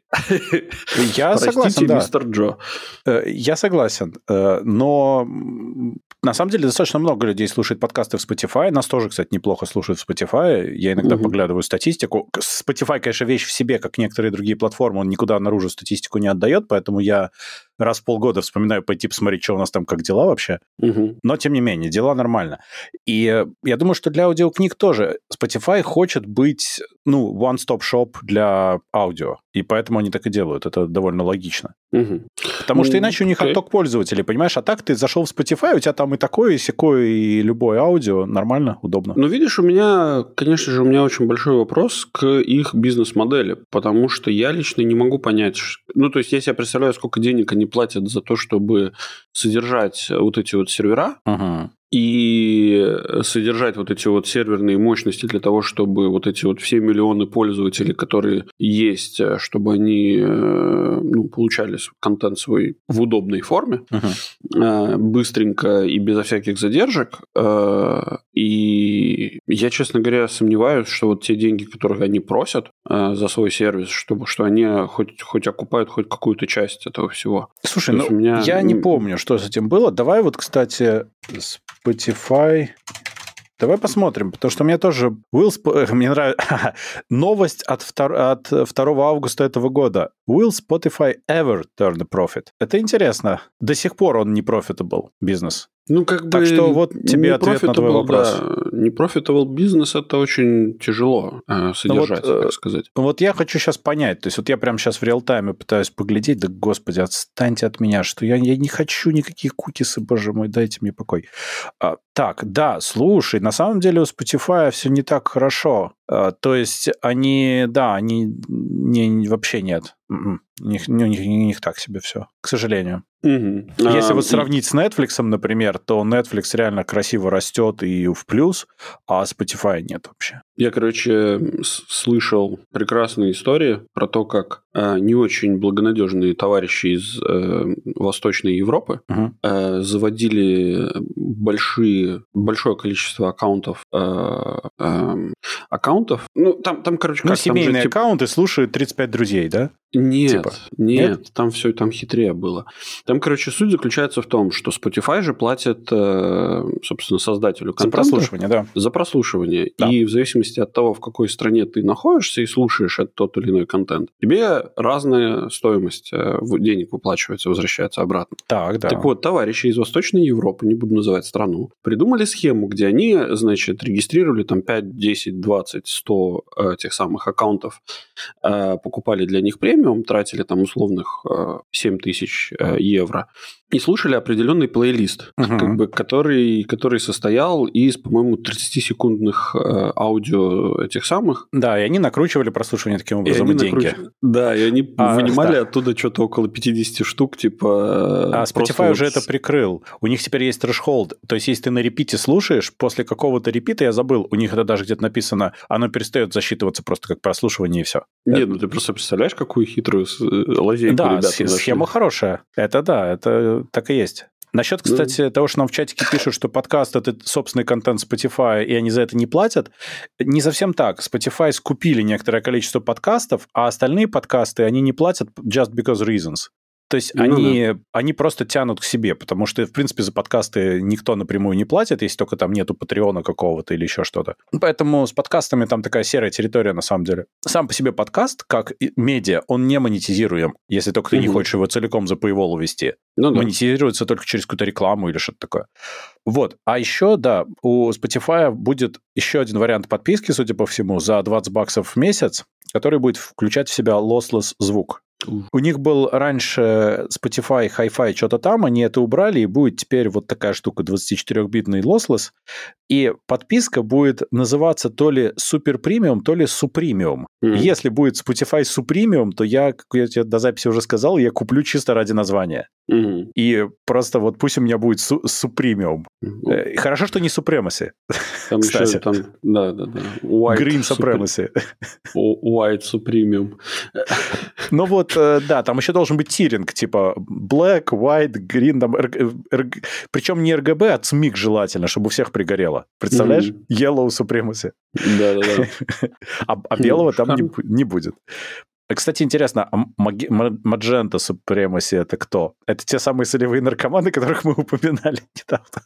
Я согласен, да. мистер Джо. Я согласен, но на самом деле достаточно много людей слушает подкасты в Spotify. Нас тоже, кстати, неплохо слушают в Spotify. Я иногда угу. поглядываю статистику. Spotify, конечно, вещь в себе, как некоторые другие платформы, он никуда наружу статистику не отдает, поэтому я раз в полгода вспоминаю пойти посмотреть, что у нас там, как дела вообще. Угу. Но, тем не менее, дела нормально. И я думаю, что для аудиокниг тоже Spotify хочет быть, ну, one-stop shop для аудио. И поэтому они так и делают. Это довольно логично. Угу. Потому что иначе у них okay. отток пользователей, понимаешь? А так ты зашел в Spotify, у тебя там и такое, и сякое, и любое аудио. Нормально, удобно. Ну, видишь, у меня, конечно же, у меня очень большой вопрос к их бизнес-модели. Потому что я лично не могу понять... Ну, то есть, я себе представляю, сколько денег они платят за то, чтобы содержать вот эти вот сервера. Uh-huh. И содержать вот эти вот серверные мощности для того, чтобы вот эти вот все миллионы пользователей, которые есть, чтобы они ну, получали контент свой в удобной форме, uh-huh. быстренько и безо всяких задержек. И я, честно говоря, сомневаюсь, что вот те деньги, которые они просят за свой сервис, чтобы, что они хоть, хоть окупают хоть какую-то часть этого всего. Слушай, ну меня... я не помню, что с этим было. Давай вот, кстати... Spotify. Давай посмотрим, потому что мне тоже... Will Sp... Мне нравится... Новость от, втор... от второго августа этого года. Will Spotify ever turn a profit? Это интересно. До сих пор он не profitable бизнес. Ну, как так бы что вот тебе ответ на твой вопрос. Да, не profitable бизнес – это очень тяжело э, содержать, ну, вот, так сказать. Вот я хочу сейчас понять, то есть вот я прямо сейчас в реал-тайме пытаюсь поглядеть, да, господи, отстаньте от меня, что я, я не хочу никаких кукисы, боже мой, дайте мне покой. А, так, да, слушай, на самом деле у Spotify все не так хорошо. То есть они, да, они не, вообще нет. У них, у, них, у них так себе все, к сожалению. Угу. Если а, вот сравнить и... с Netflix, например, то Netflix реально красиво растет и в плюс, а Spotify нет вообще. Я, короче, слышал прекрасные истории про то, как э, не очень благонадежные товарищи из э, Восточной Европы uh-huh. э, заводили большие, большое количество аккаунтов. Э, э, аккаунтов. Ну, там, там короче, ну, как... семейные там же, аккаунты типа... слушают тридцать пять друзей, да? Нет, типа. нет, нет, там все там хитрее было. Там, короче, суть заключается в том, что Spotify же платит, собственно, создателю контента. За прослушивание, да. За прослушивание. Да. И в зависимости от того, в какой стране ты находишься и слушаешь этот тот или иной контент, тебе разная стоимость денег выплачивается, возвращается обратно. Так, да. Так вот, товарищи из Восточной Европы, не буду называть страну, придумали схему, где они, значит, регистрировали там пять, десять, двадцать, сто э, тех самых аккаунтов, э, покупали для них премиум, тратили там условных э, семь тысяч э, евро и слушали определенный плейлист, uh-huh. как бы, который, который состоял из, по-моему, тридцатисекундных э, аудио этих самых. Да, и они накручивали прослушивание таким образом и, и деньги. Накруч... Да, и они а, вынимали да. оттуда что-то около пятьдесят штук, типа... А Spotify вот... уже это прикрыл. У них теперь есть threshold. То есть, если ты на репите слушаешь, после какого-то репита, я забыл, у них это даже где-то написано, оно перестает засчитываться просто как прослушивание и все. Нет, ну ты просто представляешь, какую хитрую лазейку да, ребята нашли. Да, схема хорошая. Это да, это так и есть. Насчет, кстати, mm. того, что нам в чатике пишут, что подкаст – это собственный контент Spotify, и они за это не платят, не совсем так. Spotify скупили некоторое количество подкастов, а остальные подкасты они не платят just because reasons. То есть ну, они, да. они просто тянут к себе, потому что, в принципе, за подкасты никто напрямую не платит, если только там нету патреона какого-то или еще что-то. Поэтому с подкастами там такая серая территория на самом деле. Сам по себе подкаст, как медиа, он не монетизируем, если только ты угу. не хочешь его целиком за paywall вести. Ну, да. Монетизируется только через какую-то рекламу или что-то такое. Вот. А еще, да, у Spotify будет еще один вариант подписки, судя по всему, за двадцать баксов в месяц, который будет включать в себя lossless звук. У них был раньше Spotify, Hi-Fi, что-то там, они это убрали, и будет теперь вот такая штука двадцатичетырёхбитный lossless, и подписка будет называться то ли Super Premium, то ли Supremium. Mm-hmm. Если будет Spotify Supremium, то я, как я тебе до записи уже сказал, я куплю чисто ради названия. Mm-hmm. И просто вот пусть у меня будет су- Supremium. Mm-hmm. Хорошо, что не Supremacy. Там кстати. Еще, там, да, да, да. White Green Supremacy. White Supremium. Ну вот, да, там еще должен быть тиринг, типа black, white, green, там, эр, эр, причем не эр джи би, а цмик желательно, чтобы у всех пригорело. Представляешь? Mm-hmm. Yellow Supremacy. Да-да-да. а, а белого там не, не будет. Кстати, интересно, а Magenta Supremacy это кто? Это те самые солевые наркоманы, которых мы упоминали недавно.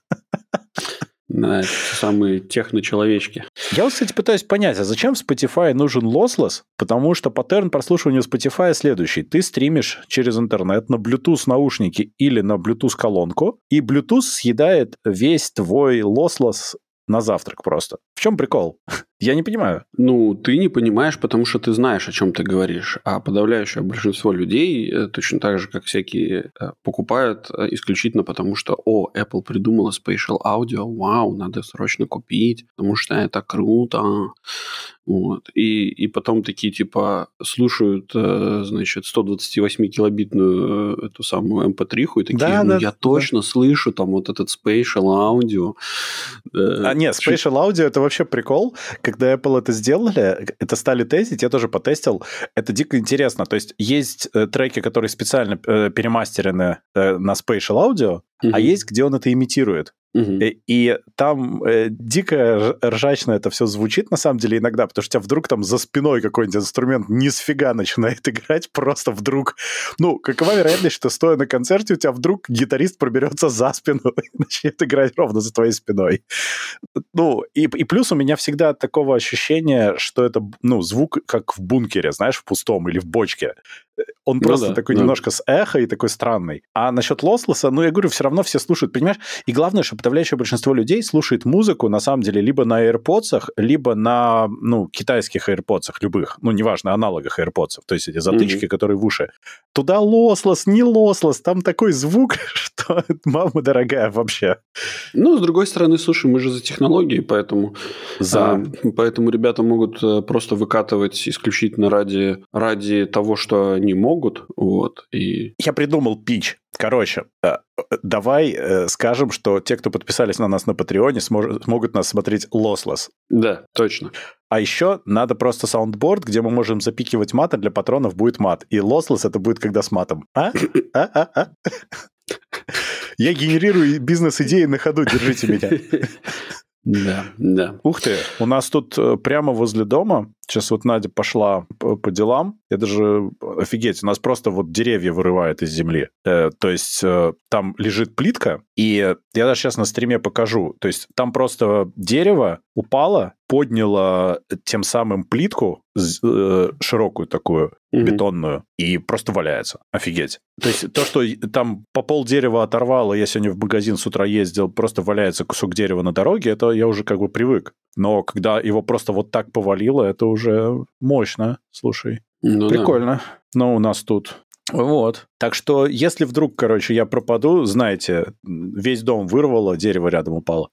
Да, это самые техночеловечки. Я вот, кстати, пытаюсь понять, а зачем в Spotify нужен lossless? Потому что паттерн прослушивания Spotify следующий. Ты стримишь через интернет на Bluetooth наушники или на Bluetooth колонку, и Bluetooth съедает весь твой lossless на завтрак просто. В чем прикол? Я не понимаю. Ну, ты не понимаешь, потому что ты знаешь, о чем ты говоришь. А подавляющее большинство людей, точно так же, как всякие, покупают исключительно потому, что, о, Apple придумала Spatial Audio, вау, надо срочно купить, потому что это круто. Вот. И, и потом такие, типа, слушают, значит, сто двадцать восемь килобитную эту самую эм пи три-ху, и такие, да, ну, да, я да. точно слышу там вот этот Spatial Audio. А нет, Spatial Audio – это вообще прикол. Когда Apple это сделали, это стали тестить, я тоже потестил. Это дико интересно. То есть есть треки, которые специально перемастерены на Spatial Audio, mm-hmm. а есть, где он это имитирует. Uh-huh. И, и там э, дико ржачно это все звучит, на самом деле, иногда, потому что у тебя вдруг там за спиной какой-нибудь инструмент ни с фига начинает играть, просто вдруг... Ну, какова вероятность, что, стоя на концерте, у тебя вдруг гитарист проберется за спину и начнет играть ровно за твоей спиной. Ну, и, и плюс у меня всегда такого ощущения, что это, ну, звук как в бункере, знаешь, в пустом или в бочке. Он Ну просто да, такой да. немножко с эхо и такой странный. А насчет лосслесса, ну, я говорю, все равно все слушают, понимаешь? И главное, что подавляющее большинство людей слушает музыку, на самом деле, либо на AirPods, либо на, ну, китайских AirPods, любых, ну, неважно, аналогах AirPods, то есть эти затычки, mm-hmm. которые в уши. Туда лосслесс, не лосслесс, там такой звук, что мама дорогая вообще. Ну, с другой стороны, слушай, мы же за технологии, поэтому, за. а, поэтому ребята могут просто выкатывать исключительно ради, ради того, что они могут. Вот, и... Я придумал пич. Короче, давай э, скажем, что те, кто подписались на нас на Патреоне, смож- смогут нас смотреть lossless. Да, точно. А еще надо просто саундборд, где мы можем запикивать мат, а для патронов будет мат. И lossless это будет когда с матом. А? А-а-а? Я генерирую бизнес-идеи на ходу, держите меня. Да, да. Ух ты, у нас тут прямо возле дома, сейчас вот Надя пошла по, по делам, я даже, офигеть, у нас просто вот деревья вырывает из земли. Э, то есть э, там лежит плитка, и я даже сейчас на стриме покажу. То есть там просто дерево упало, подняло тем самым плитку э, широкую такую, mm-hmm. бетонную, и просто валяется. Офигеть. То есть то, что там по пол дерева оторвало, я сегодня в магазин с утра ездил, просто валяется кусок дерева на дороге, это я уже как бы привык. Но когда его просто вот так повалило, это уже мощно, слушай. Ну, прикольно. Да. Но у нас тут... Вот. Так что, если вдруг, короче, я пропаду, знаете, весь дом вырвало, дерево рядом упало.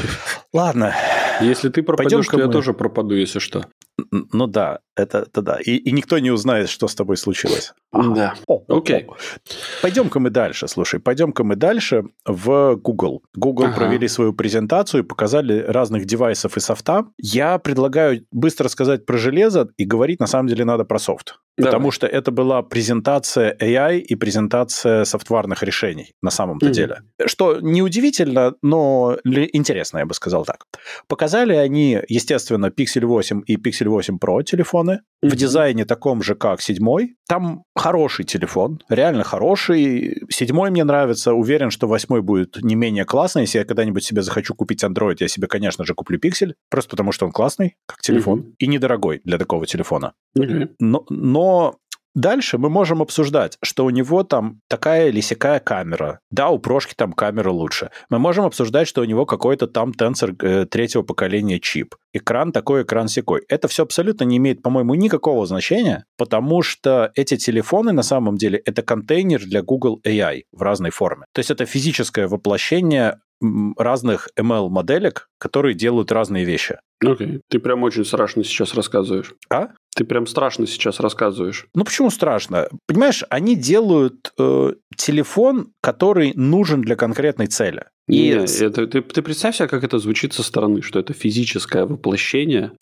Ладно. Если ты пропадешь, то я тоже пропаду, если что. Ну да, это, это да. И, и никто не узнает, что с тобой случилось. Ага. Да. Окей. Пойдем-ка мы дальше, слушай. Пойдем-ка мы дальше в Google. Google ага. провели свою презентацию, показали разных девайсов и софта. Я предлагаю быстро сказать про железо, и говорить на самом деле надо про софт. Давай. Потому что это была презентация эй ай и презентация софтварных решений на самом-то mm-hmm. деле. Что неудивительно, но интересно, я бы сказал так. Показали они, естественно, Pixel восемь и Pixel восемь Pro телефоны mm-hmm. в дизайне таком же, как седьмой. Там хороший телефон, реально хороший. Седьмой мне нравится. Уверен, что восьмой будет не менее классный. Если я когда-нибудь себе захочу купить Android, я себе, конечно же, куплю Pixel. Просто потому, что он классный, как телефон. Mm-hmm. И недорогой для такого телефона. Mm-hmm. Но, но дальше мы можем обсуждать, что у него там такая или сякая камера. Да, у Прошки там камера лучше. Мы можем обсуждать, что у него какой-то там тенсор э, третьего поколения чип. Экран такой, экран сякой. Это все абсолютно не имеет, по-моему, никакого значения, потому что эти телефоны на самом деле это контейнер для Google эй ай в разной форме. То есть это физическое воплощение разных эм эл-моделек, которые делают разные вещи. Окей. Okay. Ты прям очень страшно сейчас рассказываешь. А? Ты прям страшно сейчас рассказываешь. Ну, почему страшно? Понимаешь, они делают э, телефон, который нужен для конкретной цели. И... Не, это, ты, ты представь себе, как это звучит со стороны, что это физическое воплощение.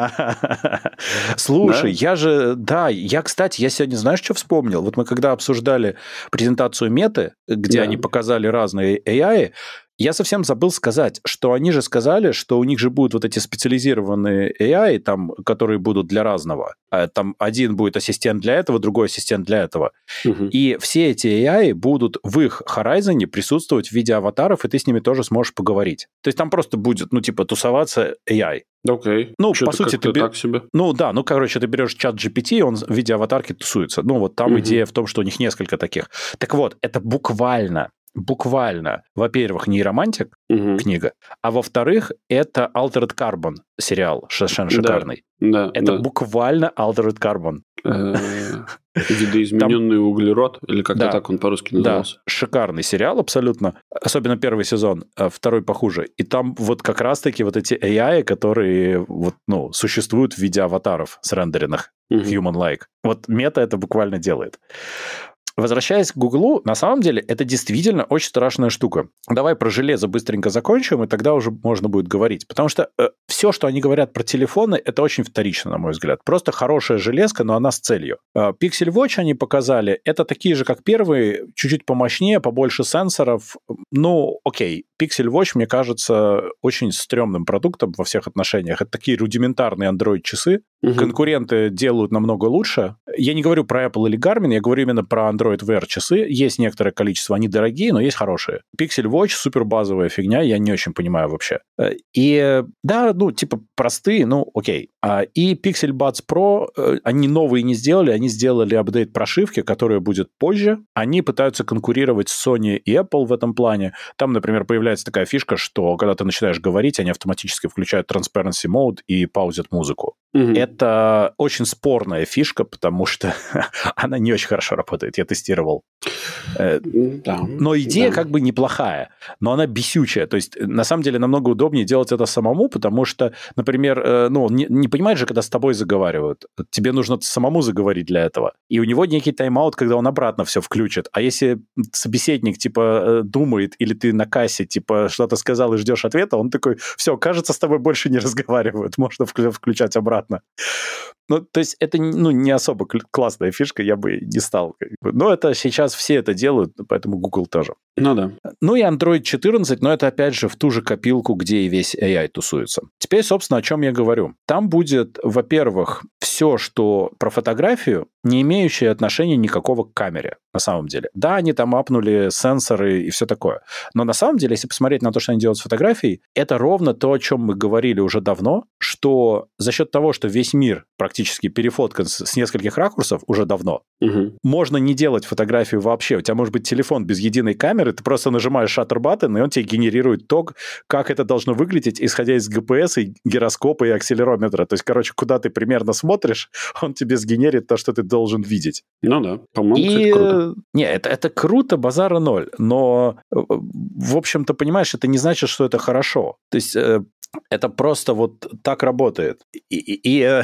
Слушай, я же... Да, я, кстати, я сегодня, знаешь, что вспомнил? Вот мы когда обсуждали презентацию Меты, где они показали разные эй ай, я совсем забыл сказать, что они же сказали, что у них же будут вот эти специализированные эй ай, там, которые будут для разного. Там один будет ассистент для этого, другой ассистент для этого. Uh-huh. И все эти эй ай будут в их Horizon присутствовать в виде аватаров, и ты с ними тоже сможешь поговорить. То есть там просто будет, ну, типа, тусоваться эй ай. Окей. Okay. Ну, Что-то по сути, ты бер... так себе. Ну, да, ну, короче, ты берешь чат джи пи ти, он в виде аватарки тусуется. Ну, вот там uh-huh. идея в том, что у них несколько таких. Так вот, это буквально... Буквально, во-первых, нейромантик, угу. книга, а во-вторых, это Altered Carbon сериал, совершенно шикарный. Да, да, это да. буквально Altered Carbon. Видоизмененный Там... углерод, или как-то да, так он по-русски назывался. Да, шикарный сериал абсолютно, особенно первый сезон, второй похуже. И там вот как раз-таки вот эти эй ай, которые вот, ну, существуют в виде аватаров срендеренных, угу. human-like. Вот мета это буквально делает. Возвращаясь к Гуглу, на самом деле это действительно очень страшная штука. Давай про железо быстренько закончим, и тогда уже можно будет говорить. Потому что э, все, что они говорят про телефоны, это очень вторично, на мой взгляд. Просто хорошая железка, но она с целью. Э, Pixel Watch они показали, это такие же, как первые, чуть-чуть помощнее, побольше сенсоров. Ну, окей. Pixel Watch, мне кажется, очень стрёмным продуктом во всех отношениях. Это такие рудиментарные Android-часы. Угу. Конкуренты делают намного лучше. Я не говорю про Apple или Garmin, я говорю именно про Android Wear часы. Есть некоторое количество, они дорогие, но есть хорошие. Pixel Watch супер базовая фигня, я не очень понимаю вообще. И да, ну, типа простые, ну, окей. И Pixel Buds Pro, они новые не сделали, они сделали апдейт прошивки, которая будет позже. Они пытаются конкурировать с Sony и Apple в этом плане. Там, например, появляется такая фишка, что когда ты начинаешь говорить, они автоматически включают Transparency Mode и паузят музыку. Mm-hmm. Это очень спорная фишка, потому что она не очень хорошо работает. Я тестировал. Да, но идея да. как бы неплохая, но она бесючая. То есть, на самом деле, намного удобнее делать это самому, потому что, например, ну, не, не понимаешь же, когда с тобой заговаривают. Тебе нужно самому заговорить для этого. И у него некий тайм-аут, когда он обратно все включит. А если собеседник, типа, думает, или ты на кассе, типа, что-то сказал и ждешь ответа, он такой, все, кажется, с тобой больше не разговаривают, можно включать обратно. Ну, то есть это ну, не особо классная фишка, я бы не стал. Как бы. Но это сейчас все это делают, поэтому Google тоже. Ну да. Ну и Android четырнадцать, но это опять же в ту же копилку, где и весь эй ай тусуется. Теперь, собственно, о чем я говорю. Там будет, во-первых, все, что про фотографию, не имеющее отношения никакого к камере, на самом деле. Да, они там апнули сенсоры и все такое. Но на самом деле, если посмотреть на то, что они делают с фотографией, это ровно то, о чем мы говорили уже давно, что за счет того, что весь мир практически перефоткан с, с нескольких ракурсов уже давно, угу. можно не делать фотографию вообще. У тебя может быть телефон без единой камеры, ты просто нажимаешь шаттер-баттон, и он тебе генерирует то, как это должно выглядеть, исходя из джи пи эс, и гироскопа, и акселерометра. То есть, короче, куда ты примерно смотришь, он тебе сгенерит то, что ты должен видеть. Ну да, по-моему, и... кстати, круто. Не, это, это круто, базара ноль, но, в общем-то, понимаешь, это не значит, что это хорошо. То есть... Это просто вот так работает. И, и, и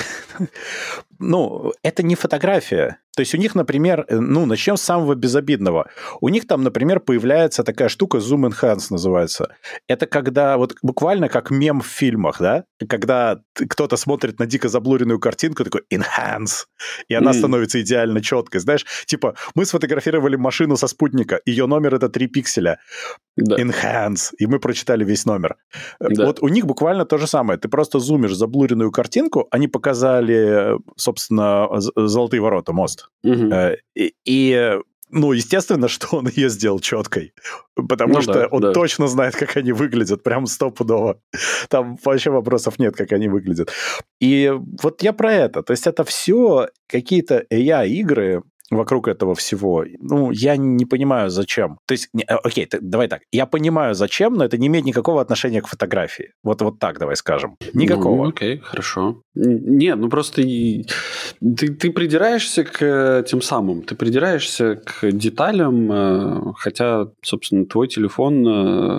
ну, это не фотография. То есть у них, например, ну, начнем с самого безобидного. У них там, например, появляется такая штука, Zoom Enhance называется. Это когда, вот буквально как мем в фильмах, да? Когда кто-то смотрит на дико заблуренную картинку, такой Enhance, и она mm. становится идеально четкой. Знаешь, типа, мы сфотографировали машину со спутника, ее номер это три пикселя. Да. Enhance. И мы прочитали весь номер. Да. Вот у них буквально то же самое. Ты просто зумишь заблуренную картинку, они показали, собственно, «Золотые ворота», мост. Угу. И, и, ну, естественно, что он ее сделал четкой, потому ну, что да, он да. точно знает, как они выглядят, прям стопудово. Там вообще вопросов нет, как они выглядят. И вот я про это. То есть это все какие-то эй ай-игры, вокруг этого всего, ну, я не понимаю, зачем. То есть, не, окей, ты, давай так, я понимаю, зачем, но это не имеет никакого отношения к фотографии. Вот, вот так давай скажем. Никакого. Ну, окей, хорошо. Нет, ну просто и... ты, ты придираешься к тем самым, ты придираешься к деталям, хотя, собственно, твой телефон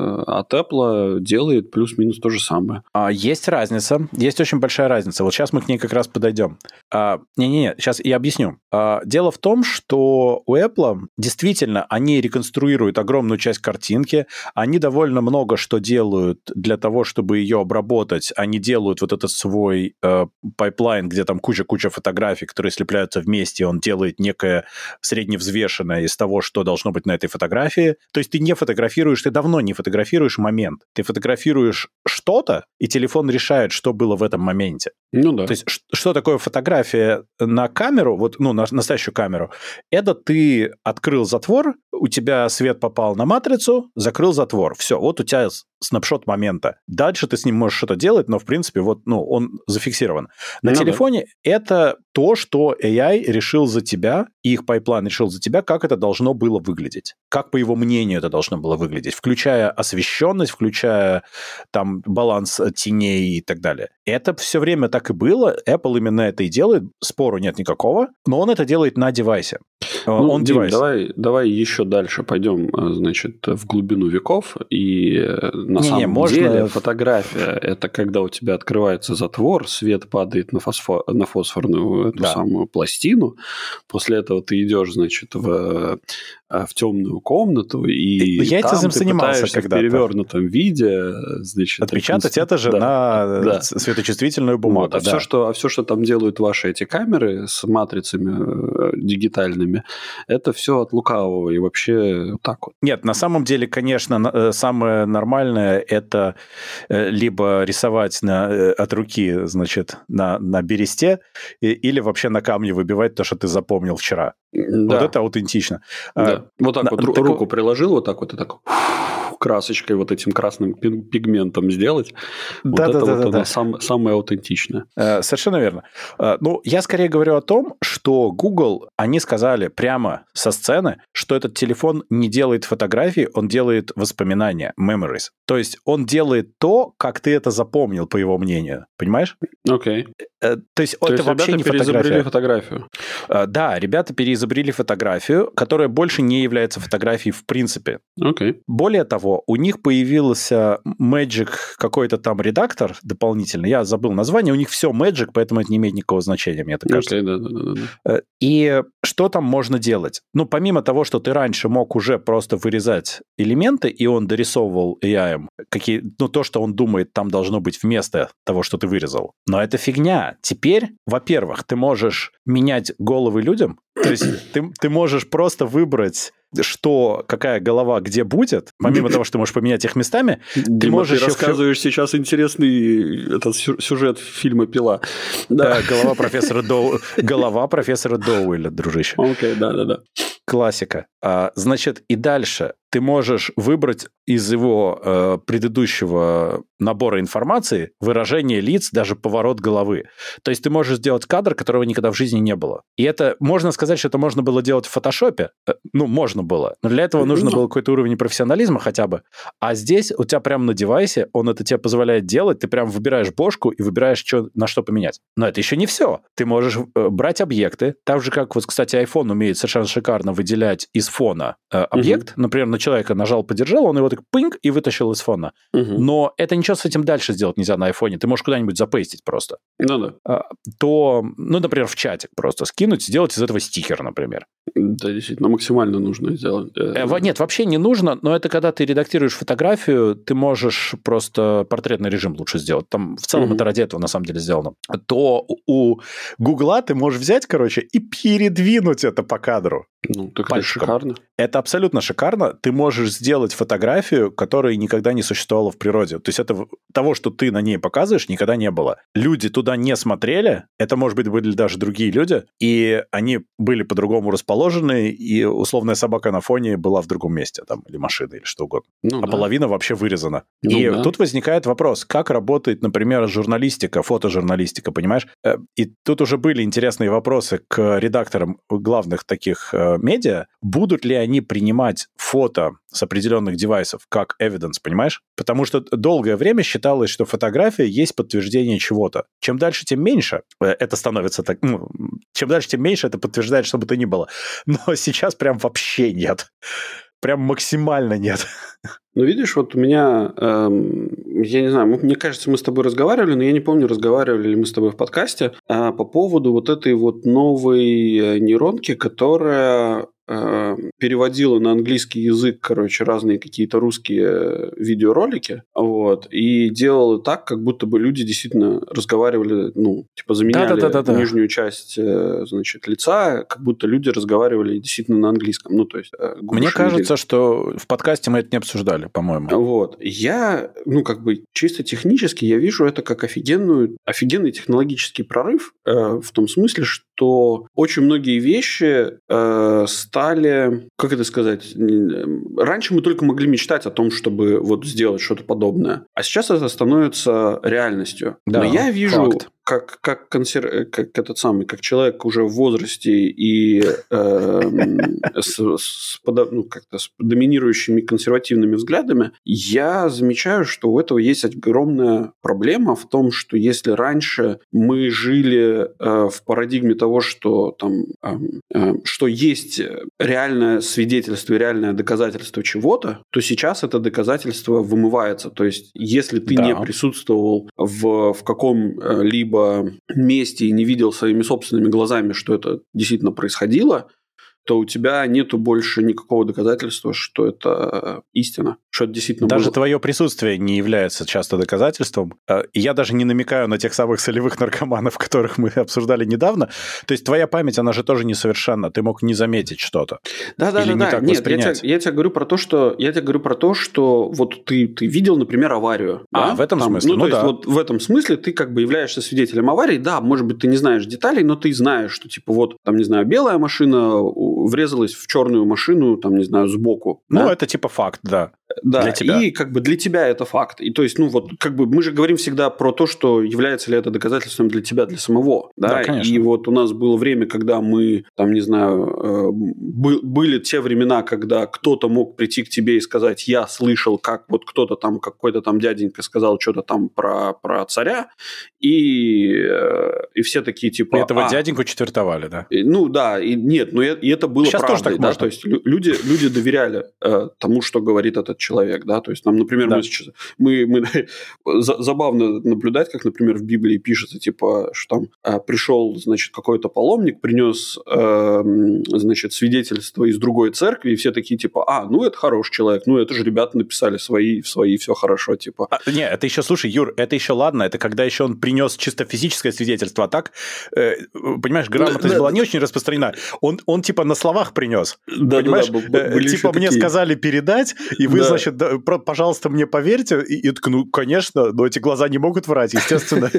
от Apple делает плюс-минус то же самое. А, есть разница, есть очень большая разница. Вот сейчас мы к ней как раз подойдем. А, не-не-не, сейчас я объясню. А, дело в том, что у Apple действительно они реконструируют огромную часть картинки, они довольно много что делают для того, чтобы ее обработать. Они делают вот этот свой э, пайплайн, где там куча-куча фотографий, которые слепляются вместе, он делает некое средневзвешенное из того, что должно быть на этой фотографии. То есть ты не фотографируешь, ты давно не фотографируешь момент. Ты фотографируешь что-то, и телефон решает, что было в этом моменте. Ну да. То есть что такое фотография на камеру, вот, ну, на настоящую камеру, это ты открыл затвор, у тебя свет попал на матрицу, закрыл затвор. Все, вот у тебя снапшот момента. Дальше ты с ним можешь что-то делать, но, в принципе, вот, ну, он зафиксирован. На ну, телефоне да. это то, что эй ай решил за тебя, и их пайплайн решил за тебя, как это должно было выглядеть. Как, по его мнению, это должно было выглядеть, включая освещенность, включая там баланс теней и так далее. Это все время так и было. Apple именно это и делает. Спору нет никакого. Но он это делает на девайсе. Ну, он Дим, девайс. Давай, давай еще дальше пойдем, значит, в глубину веков. И на не, самом не, можно... деле фотография – это когда у тебя открывается затвор, свет падает на, фосфор... на фосфорную эту да. самую пластину. После этого ты идешь, значит, в, в темную комнату, и я там этим ты занимался пытаешься в перевернутом виде, значит, отпечатать это же да. на да. светочувствительную бумагу. Вот. А, да. все, что, а все, что там делают ваши эти камеры с матрицами дигитальными, это все от лукавого и вообще так вот. Нет, на самом деле, конечно, самое нормальное – это либо рисовать на, от руки, значит, на, на бересте, или вообще на камне выбивать то, что ты запомнил вчера. Да. Вот это аутентично. Да. Вот так на, вот так... руку приложил, вот так вот и так красочкой, вот этим красным пигментом сделать. Да, вот да, это да, вот да, оно да. сам, самое аутентичное. Совершенно верно. Ну, я скорее говорю о том, что Google, они сказали прямо со сцены, что этот телефон не делает фотографии, он делает воспоминания, memories. То есть он делает то, как ты это запомнил, по его мнению. Понимаешь? Окей. То есть то это есть вообще не фотография. фотографию. Да, ребята переизобрели фотографию, которая больше не является фотографией в принципе. Окей. Более того, у них появился Magic какой-то там редактор дополнительный, я забыл название, у них все Magic, поэтому это не имеет никакого значения, мне так кажется. Окей, да, да, да, да. И что там можно делать? Ну, помимо того, что ты раньше мог уже просто вырезать элементы, и он дорисовывал эй ай, какие, ну, то, что он думает, там должно быть вместо того, что ты вырезал. Но это фигня. Теперь, во-первых, ты можешь менять головы людям, то есть ты, ты можешь просто выбрать, что, какая голова где будет, помимо того, что ты можешь поменять их местами, Дима, ты можешь... ты рассказываешь еще... сейчас интересный этот сюжет фильма «Пила». Да, голова профессора Доу... голова профессора Доуэля, дружище. Окей, да-да-да. Классика. А, значит, и дальше ты можешь выбрать из его э, предыдущего набора информации выражение лиц, даже поворот головы. То есть ты можешь сделать кадр, которого никогда в жизни не было. И это, можно сказать, что это можно было делать в фотошопе. Э, ну, можно было. Но для этого нужно было какой-то уровень профессионализма хотя бы. А здесь у тебя прямо на девайсе, он это тебе позволяет делать, ты прям выбираешь бошку и выбираешь, что, на что поменять. Но это еще не все. Ты можешь э, брать объекты, так же, как, вот, кстати, iPhone умеет совершенно шикарно выделять из фона э, объект. Uh-huh. Например, на человека нажал, подержал, он его так пынк и вытащил из фона. Uh-huh. Но это ничего с этим дальше сделать нельзя на айфоне. Ты можешь куда-нибудь запейстить просто. Ну да. А, то, ну, например, в чатик просто скинуть, сделать из этого стикер, например. Да, действительно, максимально нужно сделать. Э, нет, вообще не нужно, но это когда ты редактируешь фотографию, ты можешь просто портретный режим лучше сделать. Там в целом uh-huh. это ради этого на самом деле сделано. То у Гугла ты можешь взять, короче, и передвинуть это по кадру. Ну, так это шикарно. Это абсолютно шикарно. Ты можешь сделать фотографию, которая никогда не существовала в природе. То есть это того, что ты на ней показываешь, никогда не было. Люди туда не смотрели, это, может быть, были даже другие люди, и они были по-другому расположены, и условная собака на фоне была в другом месте, там, или машина, или что угодно. Ну, а да. половина вообще вырезана. Ну, и да. тут возникает вопрос, как работает, например, журналистика, фотожурналистика, понимаешь? И тут уже были интересные вопросы к редакторам главных таких медиа, будут ли они принимать фото с определенных девайсов как evidence, понимаешь? Потому что долгое время считалось, что фотография есть подтверждение чего-то. Чем дальше, тем меньше это становится так... Ну, чем дальше, тем меньше это подтверждает, что бы то ни было. Но сейчас прям вообще нет. Прям максимально нет. Ну, видишь, вот у меня, эм, я не знаю, мне кажется, мы с тобой разговаривали, но я не помню, разговаривали ли мы с тобой в подкасте э, по поводу вот этой вот новой нейронки, которая э, переводила на английский язык, короче, разные какие-то русские видеоролики, вот, и делала так, как будто бы люди действительно разговаривали, ну, типа заменяли Да-да-да-да-да. нижнюю часть, э, значит, лица, как будто люди разговаривали действительно на английском. Ну, то есть... Э, Мне кажется, язык. Что в подкасте мы это не обсуждали, по-моему. Вот. Я, ну, как бы, чисто технически я вижу это как офигенную, офигенный технологический прорыв, э, в том смысле, что очень многие вещи э, стали, как это сказать, раньше мы только могли мечтать о том, чтобы вот сделать что-то подобное, а сейчас это становится реальностью. Да, но я вижу... факт. Как, как, консер... как этот самый, как человек уже в возрасте и э, с, с, ну, как-то с доминирующими консервативными взглядами, я замечаю, что у этого есть огромная проблема в том, что если раньше мы жили э, в парадигме того, что там, э, э, что есть реальное свидетельство и реальное доказательство чего-то, то сейчас это доказательство вымывается. То есть, если ты да. не присутствовал в, в каком-либо месте и не видел своими собственными глазами, что это действительно происходило, то у тебя нету больше никакого доказательства, что это истина, что это действительно Даже было. твое присутствие не является часто доказательством. И я даже не намекаю на тех самых солевых наркоманов, которых мы обсуждали недавно. То есть твоя память, она же тоже несовершенна. Ты мог не заметить что-то. Да, да, Или да, не да. так Нет, воспринять. Я тебе, я тебе говорю про то, что я тебе говорю про то, что вот ты, ты видел, например, аварию. А, да? в этом Там, смысле. Ну, Ну, то да. есть, вот в этом смысле ты как бы являешься свидетелем аварии. Да, может быть, ты не знаешь деталей, но ты знаешь, что типа вот, там, не знаю, белая машина врезалась в черную машину, там, не знаю, сбоку. Ну, да? это типа факт, да. Да, для тебя. И как бы для тебя это факт. И то есть, ну вот, как бы мы же говорим всегда про то, что является ли это доказательством для тебя, для самого. Да, Да, конечно. И вот у нас было время, когда мы, там, не знаю, э, бы, были те времена, когда кто-то мог прийти к тебе и сказать, я слышал, как вот кто-то там, какой-то там дяденька сказал что-то там про, про царя, и, э, и все такие типа... И этого а, дяденьку четвертовали, да? и, ну да, и нет, но и это было Сейчас тоже правдой, так да, можно. то есть лю- люди, люди доверяли э, тому, что говорит этот человек, да, то есть нам, например, Да. мы сейчас, мы, мы за- забавно наблюдать, как, например, в Библии пишется, типа, что там э, пришел, значит, какой-то паломник, принес, э, значит, свидетельство из другой церкви, и все такие, типа, а, ну это хороший человек, ну это же ребята написали свои, свои, все хорошо, типа. А, не, это еще, слушай, Юр, это еще ладно, это когда еще он принес чисто физическое свидетельство, а так, э, понимаешь, грамотность Да, была да. не очень распространена. Он, он типа на словах принес. Да, Понимаешь, да, да, э, были типа еще мне такие. сказали передать, и вы, Да. значит, да, про- пожалуйста, мне поверьте. И я такой, ну, конечно, но эти глаза не могут врать, естественно.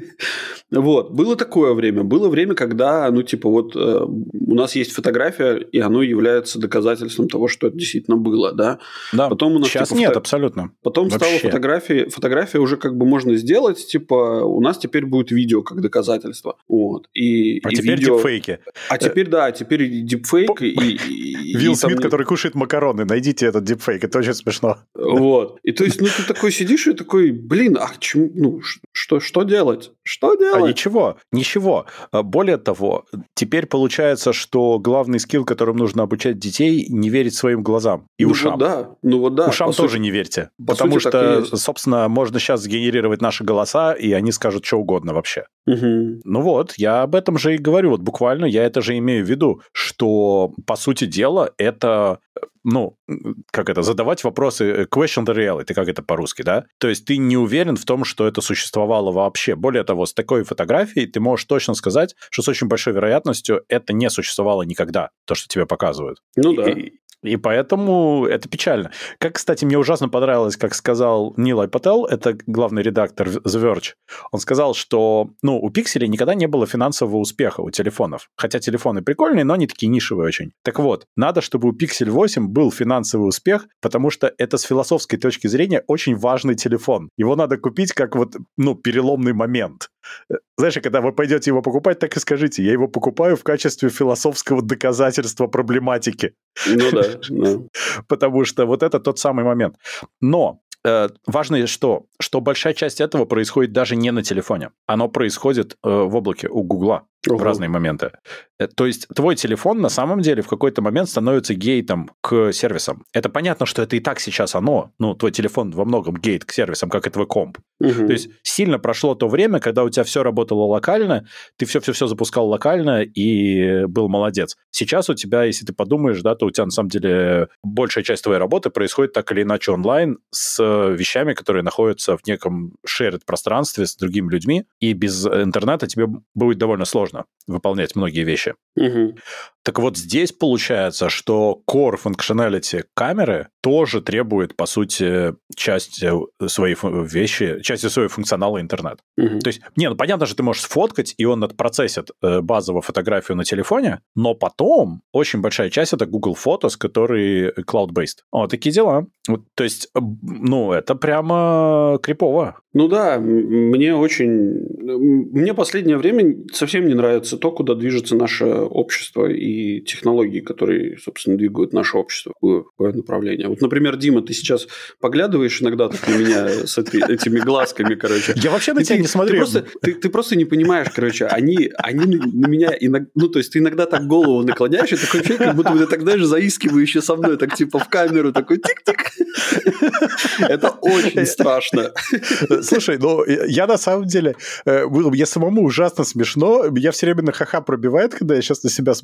Вот, было такое время. Было время, когда, ну, типа, вот э, у нас есть фотография, и оно является доказательством того, что это действительно было, да. Да, Потом у нас, сейчас типа, нет, фото- абсолютно. Потом стала Вообще. фотография, фотография уже как бы можно сделать, типа, у нас теперь будет видео как доказательство. Вот. И, А и теперь видео... дипфейки. А теперь, да, теперь и дипфейк, и... и- и Вилл там Смит, не- который кушает макароны. Найдите этот дипфейк, это очень смешно. Вот. И то есть, ну, ты такой сидишь и такой, блин, а чему, ну, ш- что, что делать? Что А делать? ничего, ничего. А Более того, теперь получается, что главный скилл, которым нужно обучать детей, не верить своим глазам и Ну, ушам. вот да, ну вот да. Ушам по тоже сути. не верьте, по потому сути, так и что, есть. собственно, можно сейчас сгенерировать наши голоса, и они скажут что угодно вообще. Мгм. Ну вот, я об этом же и говорю, вот буквально я это же имею в виду, что, по сути дела, это, ну, как это, задавать вопросы, question the reality, как это по-русски, да? То есть ты не уверен в том, что это существовало вообще. Более того, с такой фотографией ты можешь точно сказать, что с очень большой вероятностью это не существовало никогда, то, что тебе показывают. Ну да. И, и поэтому это печально. Как, кстати, мне ужасно понравилось, как сказал Нилай Пател, это главный редактор The Verge, он сказал, что ну, у Пикселей никогда не было финансового успеха у телефонов. Хотя телефоны прикольные, но они такие нишевые очень. Так вот, надо, чтобы у Pixel восемь был финансовый успех, потому что это с философской точки зрения очень важный телефон. Его надо купить как вот, ну, переломный момент. Знаешь, когда вы пойдете его покупать, так и скажите, я его покупаю в качестве философского доказательства проблематики. Ну да, да. Потому что вот это тот самый момент. Но э, важно, что, что большая часть этого происходит даже не на телефоне. Оно происходит э, в облаке у Гугла в Ого. разные моменты. Э, То есть твой телефон на самом деле в какой-то момент становится гейтом к сервисам. Это понятно, что это и так сейчас оно. Ну, твой телефон во многом гейт к сервисам, как и твой комп. Мгм. То есть сильно прошло то время, когда у тебя все работало локально, ты все-все-все запускал локально и был молодец. Сейчас у тебя, если ты подумаешь, да, то у тебя на самом деле большая часть твоей работы происходит так или иначе онлайн с вещами, которые находятся в неком shared пространстве с другими людьми, и без интернета тебе будет довольно сложно выполнять многие вещи. Мгм. Так вот, здесь получается, что core functionality камеры тоже требует, по сути, части своей фу- вещи, части своего функционала интернет. Мгм. То есть, не, ну понятно же, ты можешь сфоткать, и он отпроцессит э, базовую фотографию на телефоне, но потом очень большая часть это Google Photos, который cloud-based. Вот такие дела. Вот, то есть, э, ну, это прямо крипово. Ну да, м- мне очень... м, Мне последнее время совсем не нравится то, куда движется наше общество и технологии, которые, собственно, двигают наше общество в какое направление. Вот, например, Дима, ты сейчас поглядываешь иногда так на меня с эти- этими глазками, короче. Я вообще на И тебя ты, не смотрю. Ты просто, ты, ты просто не понимаешь, короче, они, они на меня иногда... Ну, то есть, ты иногда так голову наклоняешь, и такое ощущение, как будто бы ты так, знаешь, заискивающий со мной, так типа в камеру, такой тик-тик. Это очень страшно. Слушай, ну, я на самом деле, э, было- мне самому ужасно смешно, меня все время на ха-ха пробивает, когда я сейчас на себя смотрю, особенно